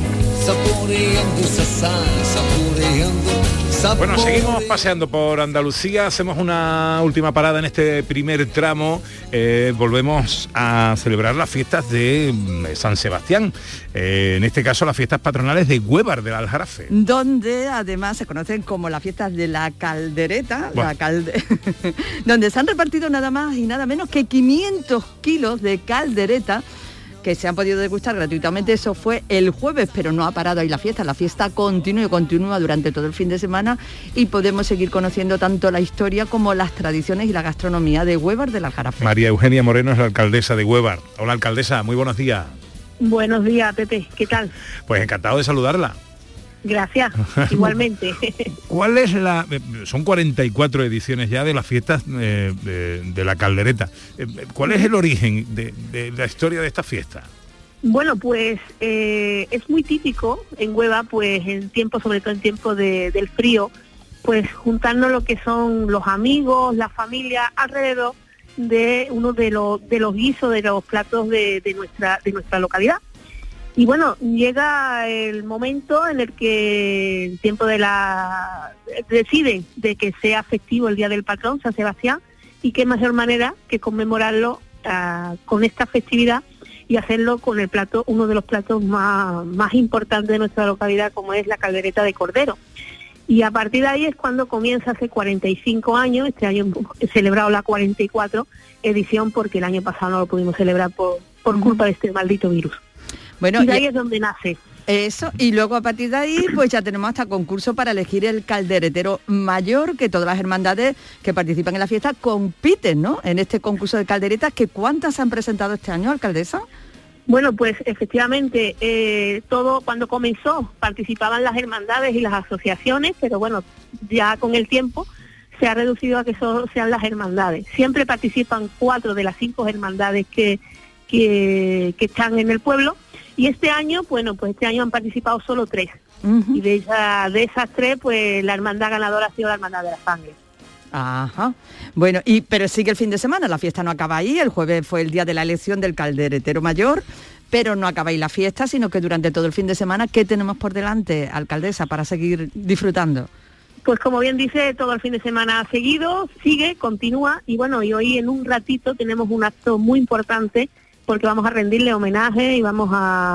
saboreando esa sal, saboreando. Bueno, seguimos paseando por Andalucía, hacemos una última parada en este primer tramo, eh, volvemos a celebrar las fiestas de San Sebastián, eh, en este caso las fiestas patronales de Huévar del Aljarafe. Donde además se conocen como las fiestas de la caldereta, Bueno. la calde donde se han repartido nada más y nada menos que quinientos kilos de caldereta que se han podido degustar gratuitamente. Eso fue el jueves, pero no ha parado ahí la fiesta. La fiesta continúa y continúa durante todo el fin de semana y podemos seguir conociendo tanto la historia como las tradiciones y la gastronomía de Huévar del Aljarafe. María Eugenia Moreno es la alcaldesa de Huévar. Hola, alcaldesa, muy buenos días. Buenos días, Pepe, ¿qué tal? Pues encantado de saludarla. Gracias, igualmente. ¿Cuál es la...? Son cuarenta y cuatro ediciones ya de las fiestas eh, de, de la caldereta. Eh, ¿Cuál es el origen de, de la historia de esta fiesta? Bueno, pues eh, es muy típico en Huévar, pues en tiempo, sobre todo en tiempo de, del frío, pues juntarnos lo que son los amigos, la familia, alrededor de uno de los de los guisos, de los platos de, de nuestra de nuestra localidad. Y bueno, llega el momento en el que el tiempo de la... deciden de que sea festivo el Día del Patrón, San Sebastián, y qué mejor manera que conmemorarlo uh, con esta festividad y hacerlo con el plato, uno de los platos más, más importantes de nuestra localidad, como es la caldereta de cordero. Y a partir de ahí es cuando comienza hace cuarenta y cinco años, este año he celebrado la cuarenta y cuatro edición, porque el año pasado no lo pudimos celebrar por, por culpa de este maldito virus. Bueno, y de ahí es donde nace. Eso, y luego a partir de ahí pues ya tenemos hasta concurso para elegir el calderetero mayor, que todas las hermandades que participan en la fiesta compiten, ¿no?, en este concurso de calderetas. Que ¿cuántas se han presentado este año, alcaldesa? Bueno, pues efectivamente, eh, todo cuando comenzó participaban las hermandades y las asociaciones, pero bueno, ya con el tiempo se ha reducido a que solo sean las hermandades. Siempre participan cuatro de las cinco hermandades que, que, que están en el pueblo. Y este año, bueno, pues este año han participado solo tres. Uh-huh. Y de, esa, de esas tres, pues la hermandad ganadora ha sido la Hermandad de la Sangre. Ajá. Bueno, y pero sigue el fin de semana, la fiesta no acaba ahí. El jueves fue el día de la elección del calderetero mayor, pero no acaba ahí la fiesta, sino que durante todo el fin de semana, ¿qué tenemos por delante, alcaldesa, para seguir disfrutando? Pues como bien dice, todo el fin de semana seguido, sigue, continúa, y bueno, y hoy en un ratito tenemos un acto muy importante, porque vamos a rendirle homenaje y vamos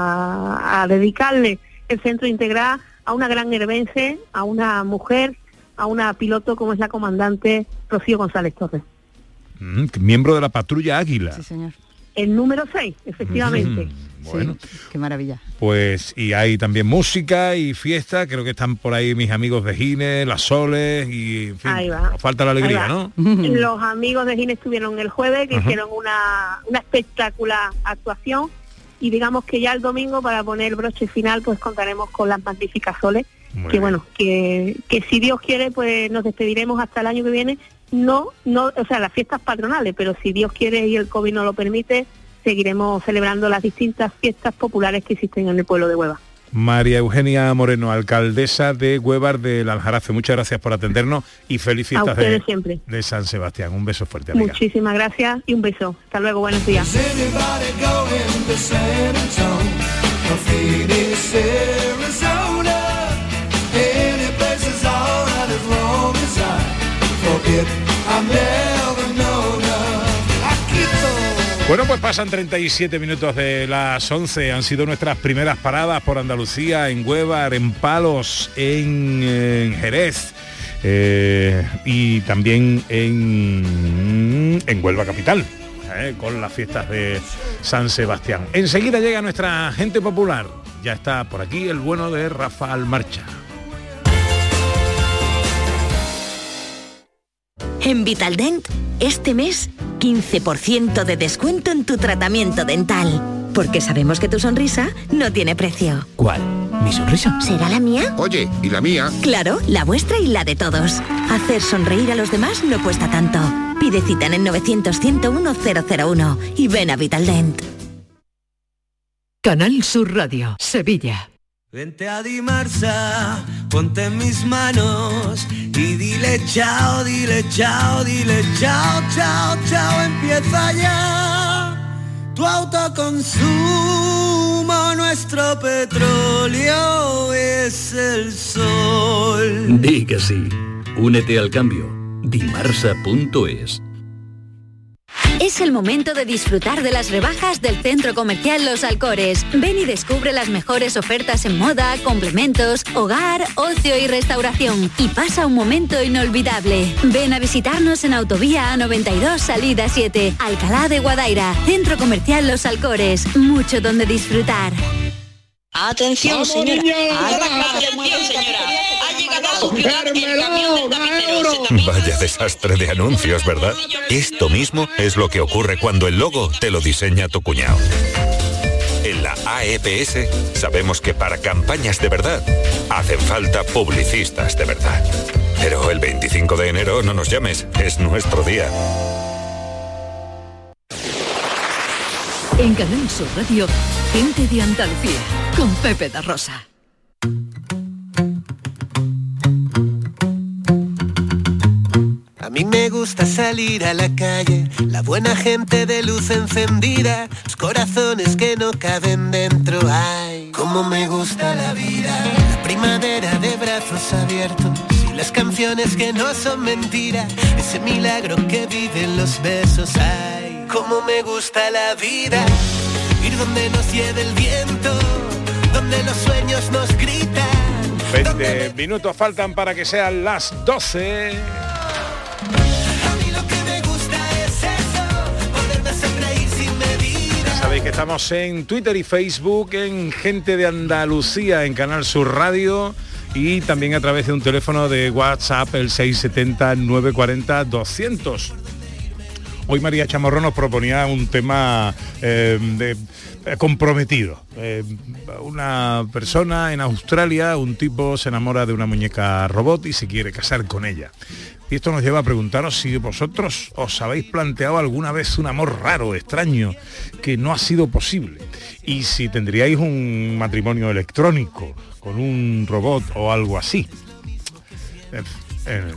a, a dedicarle el centro integral a una gran herbense, a una mujer, a una piloto como es la comandante Rocío González Torres. Mm, miembro de la patrulla Águila. Sí, señor. El número seis, efectivamente. Mm, bueno, sí, qué maravilla. Pues, y hay también música y fiesta, creo que están por ahí mis amigos de Gine, las Soles, y en fin, ahí va. Nos falta la alegría, ¿no? Los amigos de Gine estuvieron el jueves, que Ajá. hicieron una, una espectacular actuación, y digamos que ya el domingo, para poner el broche final, pues contaremos con las magníficas Soles, Muy que bien. bueno, que, que si Dios quiere, pues nos despediremos hasta el año que viene, no, no, o sea, las fiestas patronales, pero si Dios quiere y el COVID no lo permite, seguiremos celebrando las distintas fiestas populares que existen en el pueblo de Huévar. María Eugenia Moreno, alcaldesa de Huévar del Aljarafe, muchas gracias por atendernos y feliz A fiestas ustedes de, siempre. de San Sebastián. Un beso fuerte, amiga. Muchísimas gracias y un beso. Hasta luego, buenos días. Bueno, pues pasan treinta y siete minutos de las once, han sido nuestras primeras paradas por Andalucía, en Huévar, en Palos, en, en Jerez eh, y también en, en Huelva Capital, eh, con las fiestas de San Sebastián. Enseguida llega nuestra gente popular, ya está por aquí el bueno de Rafael Marcha. En Vitaldent, este mes, quince por ciento de descuento en tu tratamiento dental. Porque sabemos que tu sonrisa no tiene precio. ¿Cuál? ¿Mi sonrisa? ¿Será la mía? Oye, ¿y la mía? Claro, la vuestra y la de todos. Hacer sonreír a los demás no cuesta tanto. Pide cita en el novecientos, ciento uno, cero cero uno y ven a Vitaldent. Canal Sur Radio, Sevilla. Vente a Dimarsa, ponte en mis manos y dile chao, dile chao, dile chao, chao, chao, empieza ya. Tu autoconsumo no nuestro petróleo es el sol. Di que sí. Únete al cambio. Dimarsa punto es. Es el momento de disfrutar de las rebajas del Centro Comercial Los Alcores. Ven y descubre las mejores ofertas en moda, complementos, hogar, ocio y restauración. Y pasa un momento inolvidable. Ven a visitarnos en Autovía A noventa y dos, salida siete, Alcalá de Guadaira. Centro Comercial Los Alcores. Mucho donde disfrutar. Atención, ¡Vamos, señora. niña! Atención, señora. Ha llegado a su ciudad el camión de David. Vaya desastre de anuncios, ¿verdad? Esto mismo es lo que ocurre cuando el logo te lo diseña tu cuñado. En la A E P S sabemos que para campañas de verdad hacen falta publicistas de verdad. Pero el veinticinco de enero no nos llames, es nuestro día. En Canal Sur Radio, Gente de Andalucía, con Pepe da Rosa. A mí me gusta salir a la calle, la buena gente de luz encendida, los corazones que no caben dentro. Ay, cómo me gusta la vida, la primavera de brazos abiertos y las canciones que no son mentira, ese milagro que viven los besos. Ay, cómo me gusta la vida, ir donde nos lleve el viento, donde los sueños nos gritan. veinte minutos faltan para que sean las doce. Sabéis que estamos en Twitter y Facebook, en Gente de Andalucía, en Canal Sur Radio, y también a través de un teléfono de WhatsApp, el seis siete cero, nueve cuatro cero, doscientos. Hoy María Chamorro nos proponía un tema eh, de, eh, comprometido. Eh, una persona en Australia, un tipo se enamora de una muñeca robot y se quiere casar con ella. Y esto nos lleva a preguntaros si vosotros os habéis planteado alguna vez un amor raro, extraño, que no ha sido posible. Y si tendríais un matrimonio electrónico con un robot o algo así. Eh, eh.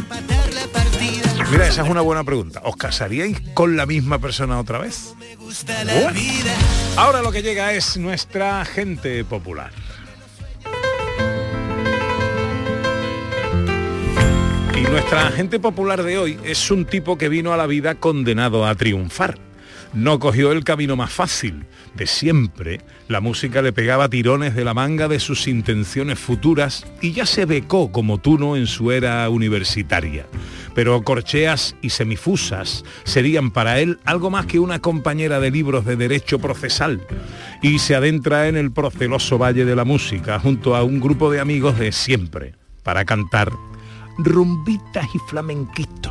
Mira, esa es una buena pregunta. ¿Os casaríais con la misma persona otra vez? Bueno, ahora lo que llega es nuestra gente popular. Y nuestra gente popular de hoy es un tipo que vino a la vida condenado a triunfar. No cogió el camino más fácil. De siempre, la música le pegaba tirones de la manga de sus intenciones futuras y ya se becó como Tuno en su era universitaria. Pero corcheas y semifusas serían para él algo más que una compañera de libros de derecho procesal. Y se adentra en el proceloso valle de la música junto a un grupo de amigos de siempre para cantar rumbitas y flamenquitos.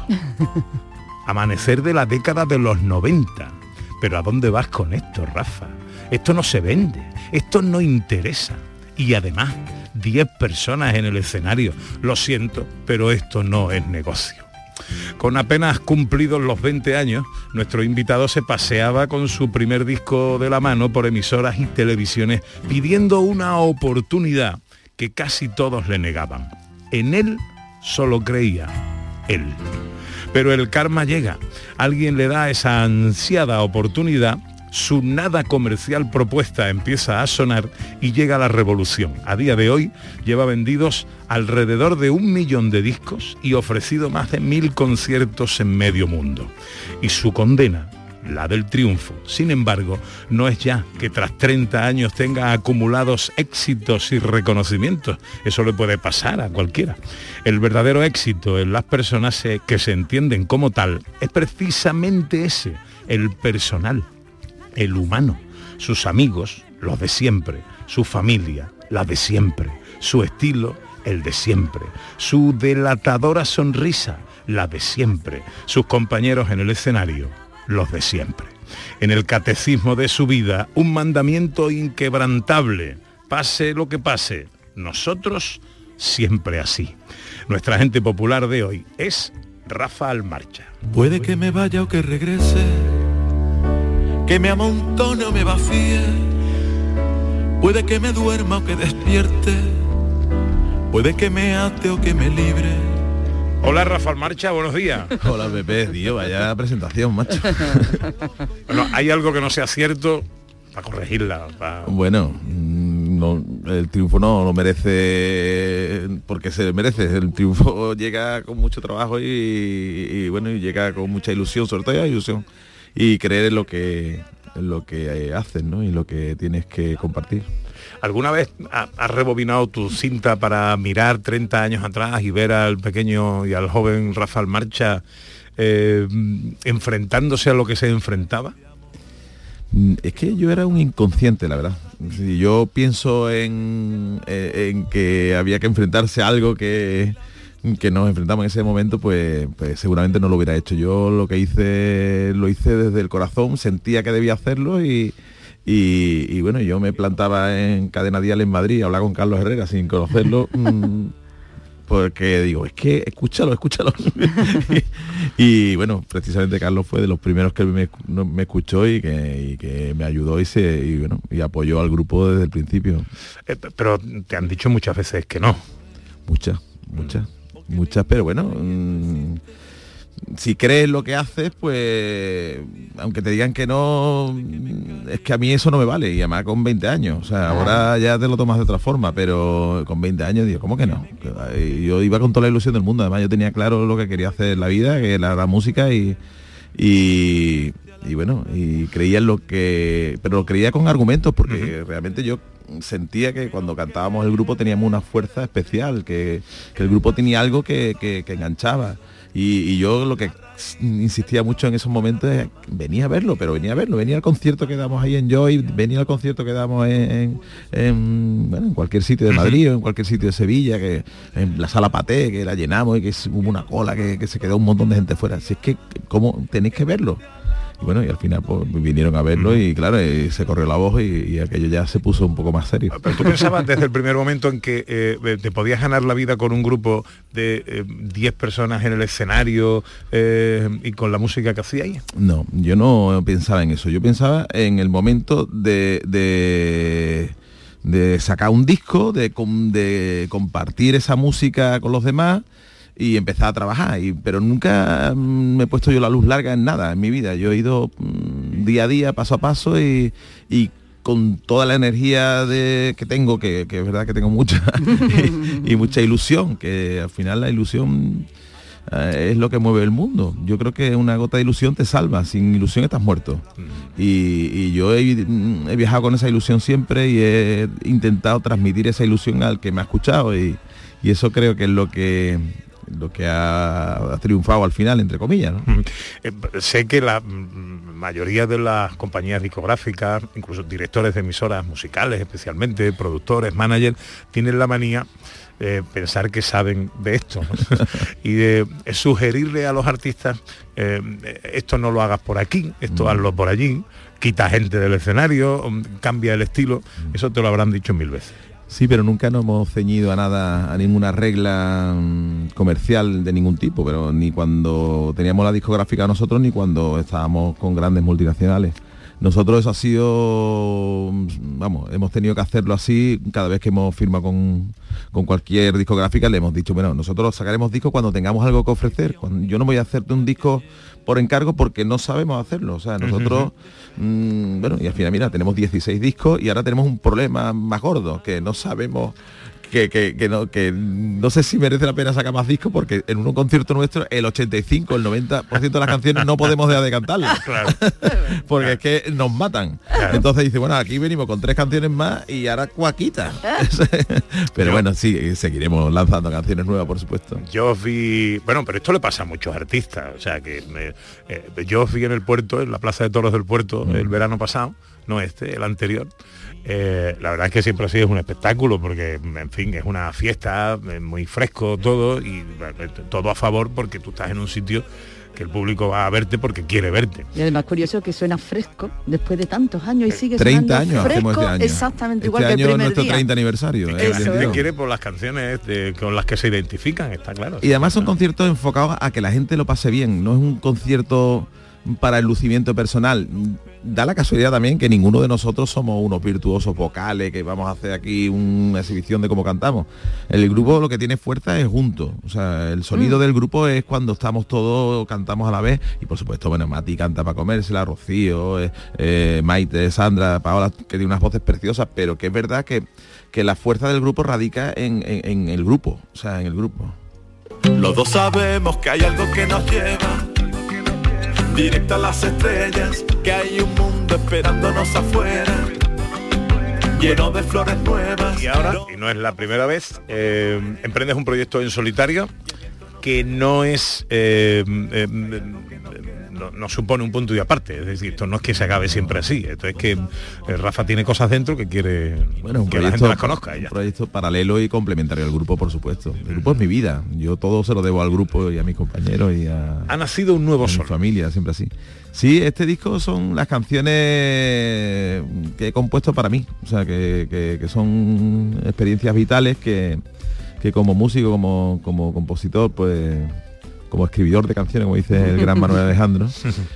Amanecer de la década de los noventa. Pero ¿a dónde vas con esto, Rafa? Esto no se vende, esto no interesa. Y además, diez personas en el escenario. Lo siento, pero esto no es negocio. Con apenas cumplidos los veinte años, nuestro invitado se paseaba con su primer disco de la mano por emisoras y televisiones pidiendo una oportunidad que casi todos le negaban. En él solo creía él. Pero el karma llega. Alguien le da esa ansiada oportunidad, su nada comercial propuesta empieza a sonar y llega la revolución. A día de hoy lleva vendidos alrededor de un millón de discos y ofrecido más de mil conciertos en medio mundo. Y su condena, la del triunfo, sin embargo, no es ya que tras treinta años tenga acumulados éxitos y reconocimientos. Eso le puede pasar a cualquiera. El verdadero éxito en las personas que se entienden como tal es precisamente ese, el personal, el humano, sus amigos, los de siempre, su familia, la de siempre, su estilo, el de siempre, su delatadora sonrisa, la de siempre, sus compañeros en el escenario, los de siempre. En el catecismo de su vida, un mandamiento inquebrantable: pase lo que pase, nosotros siempre así. Nuestra gente popular de hoy es Rafa Almarcha. Puede que me vaya o que regrese, que me amontone o me vacíe, puede que me duerma o que despierte, puede que me ate o que me libre. Hola Rafa Almarcha, buenos días. Hola Pepe, tío, vaya presentación, macho. Bueno, hay algo que no sea cierto, corregirla. Pa... Bueno, no, el triunfo no lo merece porque se merece. El triunfo llega con mucho trabajo y, y bueno, y llega con mucha ilusión, sobre todo ilusión, y creer en lo que en lo que haces, ¿no? Y lo que tienes que compartir. ¿Alguna vez has rebobinado tu cinta para mirar treinta años atrás y ver al pequeño y al joven Rafael Marcha eh, enfrentándose a lo que se enfrentaba? Es que yo era un inconsciente, la verdad. Si yo pienso en, en que había que enfrentarse a algo que, que nos enfrentamos en ese momento, pues, pues seguramente no lo hubiera hecho. Yo lo que hice, lo hice desde el corazón, sentía que debía hacerlo y... Y, y bueno, yo me plantaba en Cadena Dial en Madrid, hablaba con Carlos Herrera sin conocerlo, mmm, porque digo, es que escúchalo, escúchalo. y, y bueno, precisamente Carlos fue de los primeros que me, me escuchó y que, y que me ayudó y se y bueno y apoyó al grupo desde el principio. Eh, pero te han dicho muchas veces que no. Muchas, muchas, muchas, pero bueno... Mmm, si crees lo que haces, pues aunque te digan que no, es que a mí eso no me vale, y además con veinte años, o sea, ahora ya te lo tomas de otra forma, pero con veinte años digo, ¿cómo que no? Yo iba con toda la ilusión del mundo, además yo tenía claro lo que quería hacer en la vida, que era la música y, y, y bueno, y creía en lo que, pero lo creía con argumentos, porque uh-huh. realmente yo sentía que cuando cantábamos el grupo teníamos una fuerza especial, que, que el grupo tenía algo que, que, que enganchaba. Y, y yo lo que insistía mucho en esos momentos es venía a verlo, pero venía a verlo, venía al concierto que damos ahí en Joy, venía al concierto que damos en, en, en, bueno, en cualquier sitio de Madrid o en cualquier sitio de Sevilla, que en la Sala Paté, que la llenamos y que hubo una cola, que, que se quedó un montón de gente fuera. Si es que, ¿cómo tenéis que verlo? Y bueno, y al final pues vinieron a verlo y claro, y se corrió la voz y, y aquello ya se puso un poco más serio. Pero tú pensabas desde el primer momento en que eh, te podías ganar la vida con un grupo de diez eh, personas en el escenario eh, y con la música que hacíais. No, yo no pensaba en eso, yo pensaba en el momento de... de de sacar un disco, de, de compartir esa música con los demás y empezar a trabajar, y, pero nunca me he puesto yo la luz larga en nada en mi vida. Yo he ido mmm, día a día, paso a paso y, y con toda la energía de, que tengo, que, que es verdad que tengo mucha y, y mucha ilusión, que al final la ilusión eh, es lo que mueve el mundo. Yo creo que una gota de ilusión te salva, sin ilusión estás muerto. Mm. Y, y yo he, he viajado con esa ilusión siempre y he intentado transmitir esa ilusión al que me ha escuchado y, y eso creo que es lo que... lo que ha triunfado al final, entre comillas, ¿no? Eh, sé que la mayoría de las compañías discográficas, incluso directores de emisoras musicales, especialmente productores, managers, tienen la manía de pensar que saben de esto, ¿no? Y de sugerirle a los artistas eh, esto no lo hagas por aquí, esto mm. hazlo por allí, quita gente del escenario, cambia el estilo, mm. eso te lo habrán dicho mil veces. Sí, pero nunca nos hemos ceñido a nada, a ninguna regla mmm, comercial de ningún tipo, pero ni cuando teníamos la discográfica nosotros, ni cuando estábamos con grandes multinacionales. Nosotros eso ha sido, vamos, hemos tenido que hacerlo así cada vez que hemos firmado con, con cualquier discográfica, le hemos dicho, bueno, nosotros sacaremos discos cuando tengamos algo que ofrecer. Cuando, yo no voy a hacerte un disco por encargo porque no sabemos hacerlo. O sea, nosotros, uh-huh. mmm, bueno, y al final, mira, tenemos dieciséis discos y ahora tenemos un problema más gordo, que no sabemos... Que, que, que, no, que no sé si merece la pena sacar más discos porque en un concierto nuestro el ochenta y cinco, el noventa por ciento de las canciones no podemos dejar de cantarlas. Claro. Porque claro. Es que nos matan. Claro. Entonces dice, bueno, aquí venimos con tres canciones más y ahora cuaquita. Pero yo, bueno, sí, seguiremos lanzando canciones nuevas, por supuesto. Yo vi, bueno, pero esto le pasa a muchos artistas. O sea, que me, eh, yo vi en el puerto, en la Plaza de Toros del Puerto, mm. el verano pasado, no este, el anterior. Eh, la verdad es que siempre así es un espectáculo porque, en fin, es una fiesta, es muy fresco todo y todo a favor porque tú estás en un sitio que el público va a verte porque quiere verte. Y además curioso que suena fresco después de tantos años y sigue treinta sonando años fresco, hacemos este año. Exactamente este igual año que el primer nuestro día. treinta aniversario. Es que la gente quiere por las canciones de, con las que se identifican, está claro. Y además son conciertos enfocados a que la gente lo pase bien, no es un concierto para el lucimiento personal. da la casualidad también que ninguno de nosotros somos unos virtuosos vocales, que vamos a hacer aquí una exhibición de cómo cantamos. El grupo lo que tiene fuerza es juntos, o sea, el sonido mm. del grupo es cuando estamos todos, cantamos a la vez, y por supuesto, bueno, Mati canta para comérsela, Rocío, eh, eh, Maite, Sandra, Paola, que tiene unas voces preciosas, pero que es verdad que, que la fuerza del grupo radica en, en, en el grupo, o sea, en el grupo. Los dos sabemos que hay algo que nos lleva directo a las estrellas, que hay un mundo esperándonos afuera, lleno de flores nuevas. Y ahora, y no es la primera vez, eh, emprendes un proyecto en solitario que no es eh, eh, no, no supone un punto y aparte, es decir, esto no es que se acabe siempre así, esto es que eh, Rafa tiene cosas dentro que quiere bueno, un que proyecto, la gente las conozca. Un proyecto paralelo y complementario al grupo, por supuesto. El grupo es mi vida, yo todo se lo debo al grupo y a mis compañeros y a... Ha nacido un nuevo sol. Mi familia, siempre así. Sí, este disco son las canciones que he compuesto para mí, o sea, que, que, que son experiencias vitales que, que como músico, como, como compositor, pues como escribidor de canciones, como dice el gran Manuel Alejandro,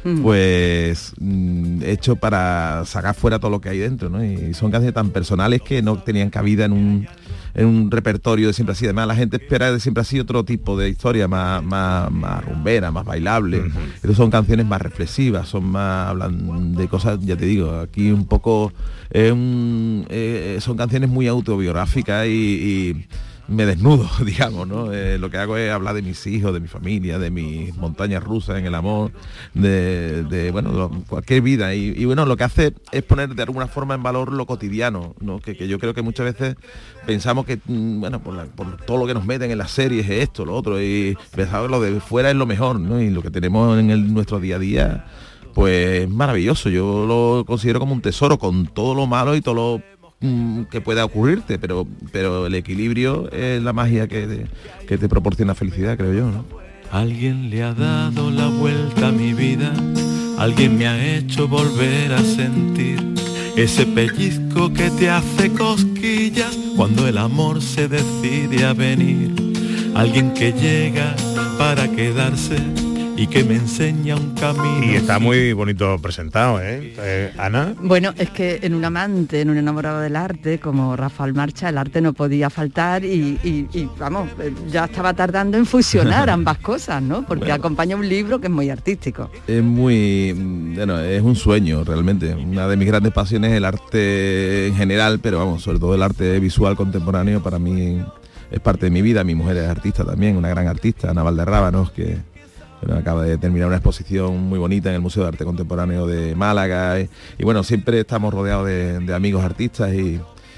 pues mm, hecho para sacar fuera todo lo que hay dentro, ¿no? Y son canciones tan personales que no tenían cabida en un, en un repertorio de Siempre Así. Además, la gente espera de Siempre Así otro tipo de historia, más, más, más rumbera, más bailable. Uh-huh. Estas son canciones más reflexivas, son más, hablan de cosas, ya te digo, aquí un poco, eh, un, eh, son canciones muy autobiográficas y... y me desnudo, digamos, ¿no? Eh, lo que hago es hablar de mis hijos, de mi familia, de mis montañas rusas en el amor, de, de bueno, lo, cualquier vida. Y, y bueno, lo que hace es poner de alguna forma en valor lo cotidiano, ¿no? Que, que yo creo que muchas veces pensamos que, bueno, por, la, por todo lo que nos meten en las series es esto, lo otro, y pensamos que lo de fuera es lo mejor, ¿no? Y lo que tenemos en el, nuestro día a día, pues es maravilloso. Yo lo considero como un tesoro, con todo lo malo y todo lo que pueda ocurrirte, pero pero el equilibrio es la magia que te, que te proporciona felicidad, creo yo, ¿no? Alguien le ha dado la vuelta a mi vida, alguien me ha hecho volver a sentir ese pellizco que te hace cosquillas cuando el amor se decide a venir, alguien que llega para quedarse y que me enseña un camino. Y está muy bonito presentado, ¿eh? eh Ana. Bueno, es que en un amante, en un enamorado del arte, como Rafael Marcha, el arte no podía faltar y, y, y vamos, ya estaba tardando en fusionar ambas cosas, ¿no? Porque bueno, acompaña un libro que es muy artístico. Es muy, bueno, es un sueño realmente. Una de mis grandes pasiones es el arte en general, pero vamos, sobre todo el arte visual contemporáneo para mí es parte de mi vida. Mi mujer es artista también, una gran artista, Ana Valderrábanos, que bueno, acaba de terminar una exposición muy bonita en el Museo de Arte Contemporáneo de Málaga y, y bueno, siempre estamos rodeados de, de amigos artistas y,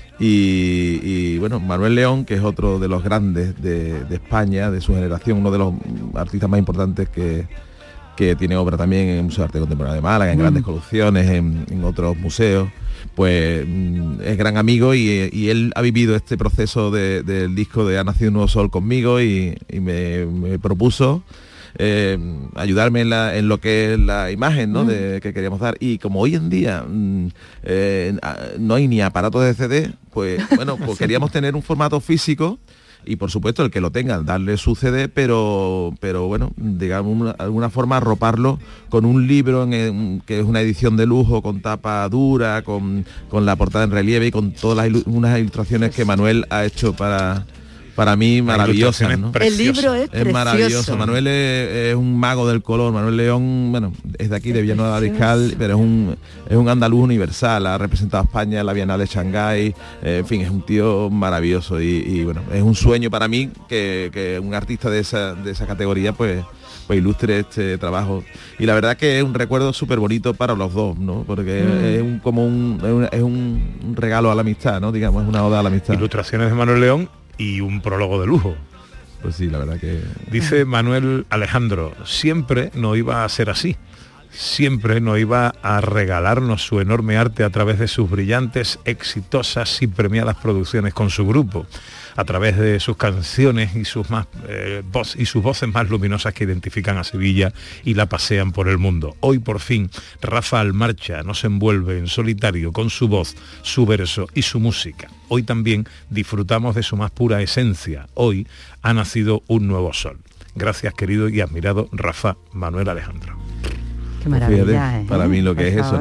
y, y bueno, Manuel León, que es otro de los grandes de, de España, de su generación, uno de los artistas más importantes que, que tiene obra también en el Museo de Arte Contemporáneo de Málaga, en mm. grandes colecciones, en, en otros museos, pues es gran amigo y, y él ha vivido este proceso de, del disco de Ha Nacido un Nuevo Sol conmigo y, y me, me propuso Eh, ayudarme en, la, en lo que es la imagen, ¿no? mm. de, que queríamos dar, y como hoy en día mm, eh, no hay ni aparatos de C D, pues bueno, pues queríamos tener un formato físico y por supuesto el que lo tenga, darle su C D, pero pero bueno, digamos, de alguna forma arroparlo con un libro en el, que es una edición de lujo, con tapa dura, con, con la portada en relieve y con todas las ilu- unas ilustraciones que Manuel ha hecho para... Para mí maravillosa, ¿no? El libro es, es maravilloso. Manuel es, es un mago del color. Manuel León, bueno, es de aquí, de Villanueva de Mariscal, pero es un es un andaluz universal. Ha representado a España en la Bienal de Shanghái. Eh, en fin, es un tío maravilloso y, y bueno, es un sueño para mí que, que un artista de esa de esa categoría, pues pues ilustre este trabajo. Y la verdad que es un recuerdo súper bonito para los dos, ¿no? Porque mm. es un como un es, un, es un, un regalo a la amistad, ¿no? Digamos, es una oda a la amistad. Ilustraciones de Manuel León y un prólogo de lujo. Pues sí, la verdad que... Dice Manuel Alejandro, siempre no iba a ser así. Siempre no iba a regalarnos su enorme arte a través de sus brillantes, exitosas y premiadas producciones con su grupo, a través de sus canciones y sus más eh, voz y sus voces más luminosas que identifican a Sevilla y la pasean por el mundo. Hoy por fin Rafael Marcha nos envuelve en solitario con su voz, su verso y su música. Hoy también disfrutamos de su más pura esencia. Hoy ha nacido un nuevo sol. Gracias, querido y admirado Rafa Manuel Alejandro. Qué maravilla, Fíjate, ¿eh? para mí lo que Por es favor. eso, ¿no?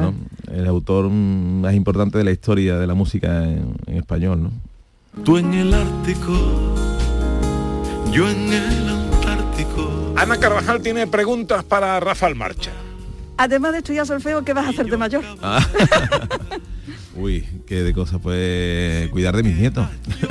el autor más importante de la historia de la música en, en español, ¿no? Tú en el Ártico, yo en el Antártico. Ana Carvajal tiene preguntas para Rafael Marcha. Además de estudiar solfeo, ¿qué vas a hacer de mayor? Ah. Uy, qué de cosas, pues cuidar de mis nietos.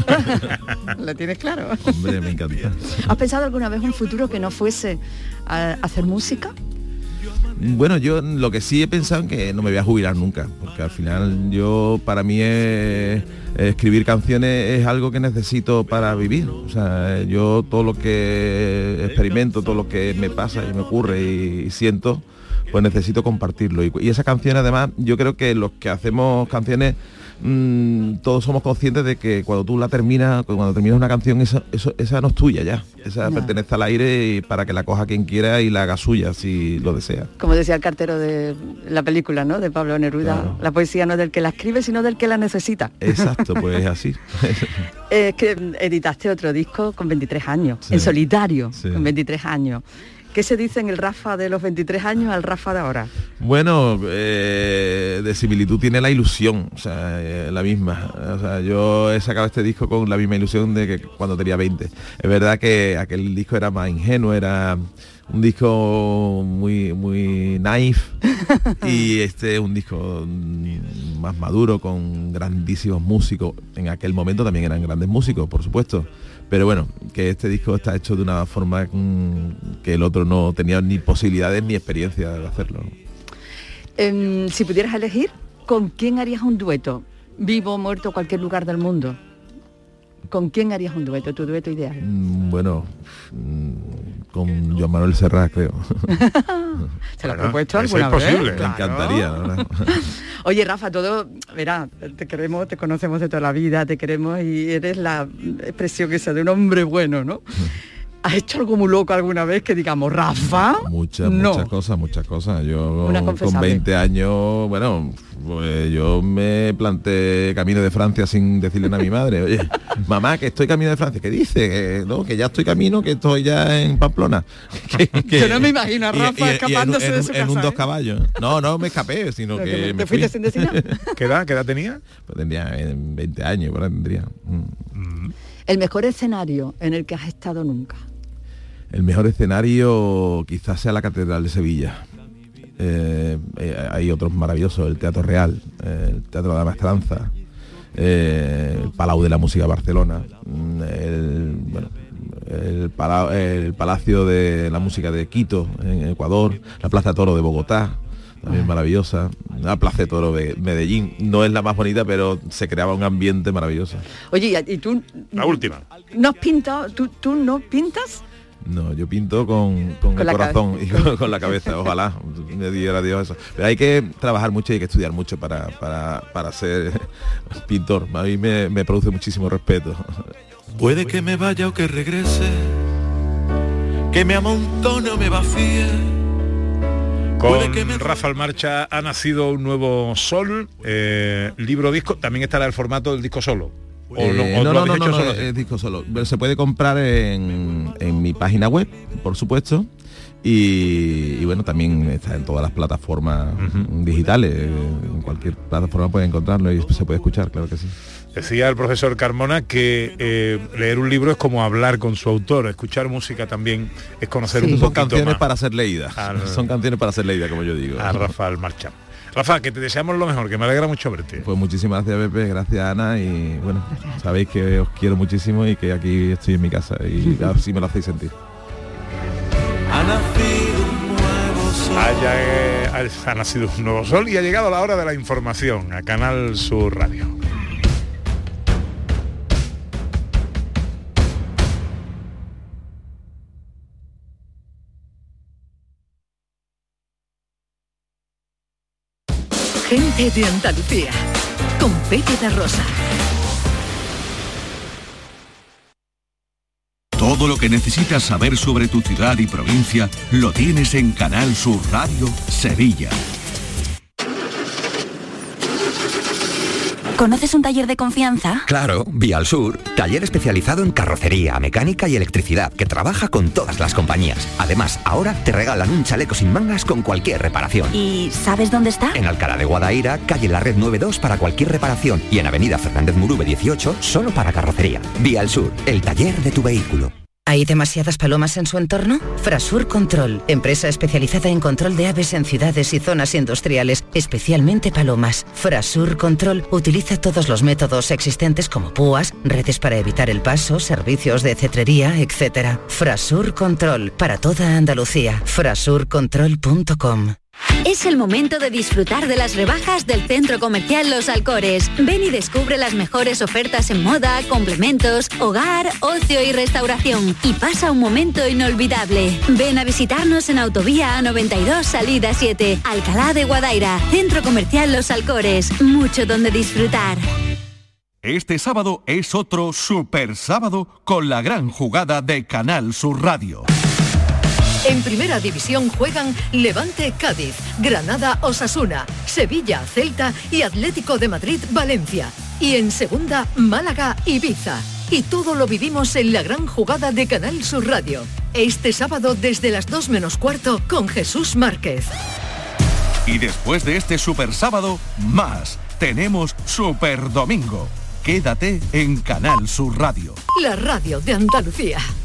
¿Lo tienes claro? Hombre, me encanta. ¿Has pensado alguna vez un futuro que no fuese a hacer música? Bueno, yo lo que sí he pensado es que no me voy a jubilar nunca, porque al final yo, para mí es, escribir canciones es algo que necesito para vivir. O sea, yo todo lo que experimento, todo lo que me pasa y me ocurre y, y siento, pues necesito compartirlo. Y, y esas canciones, además, yo creo que los que hacemos canciones, mmm, todos somos conscientes de que cuando tú la terminas, cuando terminas una canción, esa, eso, esa no es tuya ya. Esa no. Pertenece al aire y para que la coja quien quiera y la haga suya, si lo desea. Como decía el cartero de la película, ¿no?, de Pablo Neruda, claro. La poesía no es del que la escribe, sino del que la necesita. Exacto, pues es así. Es que editaste otro disco con veintitrés años, sí. En solitario, sí. Con veintitrés años. ¿Qué se dice en el Rafa de los veintitrés años al Rafa de ahora? Bueno, eh, de similitud tiene la ilusión, o sea, eh, la misma. O sea, yo he sacado este disco con la misma ilusión de que cuando tenía veinte. Es verdad que aquel disco era más ingenuo, era un disco muy muy naif y este es un disco más maduro, con grandísimos músicos. En aquel momento también eran grandes músicos, por supuesto. Pero bueno, que este disco está hecho de una forma que el otro no tenía ni posibilidades ni experiencia de hacerlo. Eh, si pudieras elegir, ¿con quién harías un dueto? Vivo, muerto, cualquier lugar del mundo. ¿Con quién harías un dueto, tu dueto ideal? Bueno, con Joan Manuel Serrat, creo. ¿Se lo has propuesto alguna vez? Es posible. Claro. Me encantaría, la verdad. Oye, Rafa, todo, verá, te queremos, te conocemos de toda la vida, te queremos y eres la expresión esa de un hombre bueno, ¿no? ¿Has hecho algo muy loco alguna vez que digamos, Rafa? Muchas, no. muchas cosas, muchas cosas. Yo con veinte años, bueno, pues yo me planté camino de Francia sin decirle nada a mi madre. Oye, mamá, que estoy camino de Francia. ¿Qué dice? Que, no, que ya estoy camino, que estoy ya en Pamplona. Que, que, yo no me imagino a Rafa y, y, escapándose y en, en, de su en casa. En un ¿eh? dos caballos. No, no me escapé, sino que, que me ¿Te fuiste sin decir nada? ¿Qué edad, qué edad tenía? Pues tendría veinte años, ¿verdad? Tendría. Mm. El mejor escenario en el que has estado nunca. El mejor escenario quizás sea la Catedral de Sevilla. Eh, eh, hay otros maravillosos, el Teatro Real, eh, el Teatro de la Maestranza, eh, el Palau de la Música de Barcelona, el, bueno, el, Palau, el Palacio de la Música de Quito, en Ecuador, la Plaza Toro de Bogotá, también maravillosa, la Plaza de Toro de Medellín. No es la más bonita, pero se creaba un ambiente maravilloso. Oye, ¿y tú? La última. ¿No has pintado? ¿Tú, tú no pintas? No, yo pinto con, con, con el corazón y con, con la cabeza, ojalá me diera Dios eso. Pero hay que trabajar mucho y hay que estudiar mucho para, para, para ser pintor. A mí me, me produce muchísimo respeto. Puede que me vaya o que regrese, que me amontone o me vacíe. Con me... Rafael Marcha ha nacido un nuevo sol, eh, libro disco, también estará el formato del disco solo. ¿O eh, no, no, no, no, no, no es disco solo. Se puede comprar en, en mi página web, por supuesto, y, y bueno, también está en todas las plataformas uh-huh. digitales. En cualquier plataforma puede encontrarlo y se puede escuchar, claro que sí. Decía el profesor Carmona que eh, leer un libro es como hablar con su autor, escuchar música también es conocer sí. un poquito Son canciones más para ser leídas, al, son canciones para ser leídas, como yo digo. A Rafael Marcha. Rafa, que te deseamos lo mejor, que me alegra mucho verte. Pues muchísimas gracias, Pepe, gracias, Ana, y bueno, sabéis que os quiero muchísimo y que aquí estoy en mi casa y así me lo hacéis sentir. Ha nacido un nuevo sol. Haya, eh, ha nacido un nuevo sol y ha llegado la hora de la información a Canal Sur Radio. Gente de Andalucía, con Pepe de Rosa. Todo lo que necesitas saber sobre tu ciudad y provincia lo tienes en Canal Sur Radio Sevilla. ¿Conoces un taller de confianza? Claro, Vial Sur, taller especializado en carrocería, mecánica y electricidad, que trabaja con todas las compañías. Además, ahora te regalan un chaleco sin mangas con cualquier reparación. ¿Y sabes dónde está? En Alcalá de Guadaira, calle La Red noventa y dos para cualquier reparación y en Avenida Fernández Murube dieciocho, solo para carrocería. Vial Sur, el taller de tu vehículo. ¿Hay demasiadas palomas en su entorno? Frasur Control, empresa especializada en control de aves en ciudades y zonas industriales, especialmente palomas. Frasur Control utiliza todos los métodos existentes como púas, redes para evitar el paso, servicios de cetrería, etcétera. Frasur Control, para toda Andalucía. frasur control punto com. Es el momento de disfrutar de las rebajas del Centro Comercial Los Alcores. Ven y descubre las mejores ofertas en moda, complementos, hogar, ocio y restauración. Y pasa un momento inolvidable. Ven a visitarnos en Autovía A noventa y dos, salida siete, Alcalá de Guadaira. Centro Comercial Los Alcores. Mucho donde disfrutar. Este sábado es otro super sábado con la gran jugada de Canal Sur Radio. En Primera División juegan Levante Cádiz, Granada Osasuna, Sevilla Celta y Atlético de Madrid Valencia. Y en Segunda Málaga Ibiza. Y todo lo vivimos en la gran jugada de Canal Sur Radio. Este sábado desde las dos menos cuarto con Jesús Márquez. Y después de este super sábado, más. Tenemos Super Domingo. Quédate en Canal Sur Radio. La radio de Andalucía.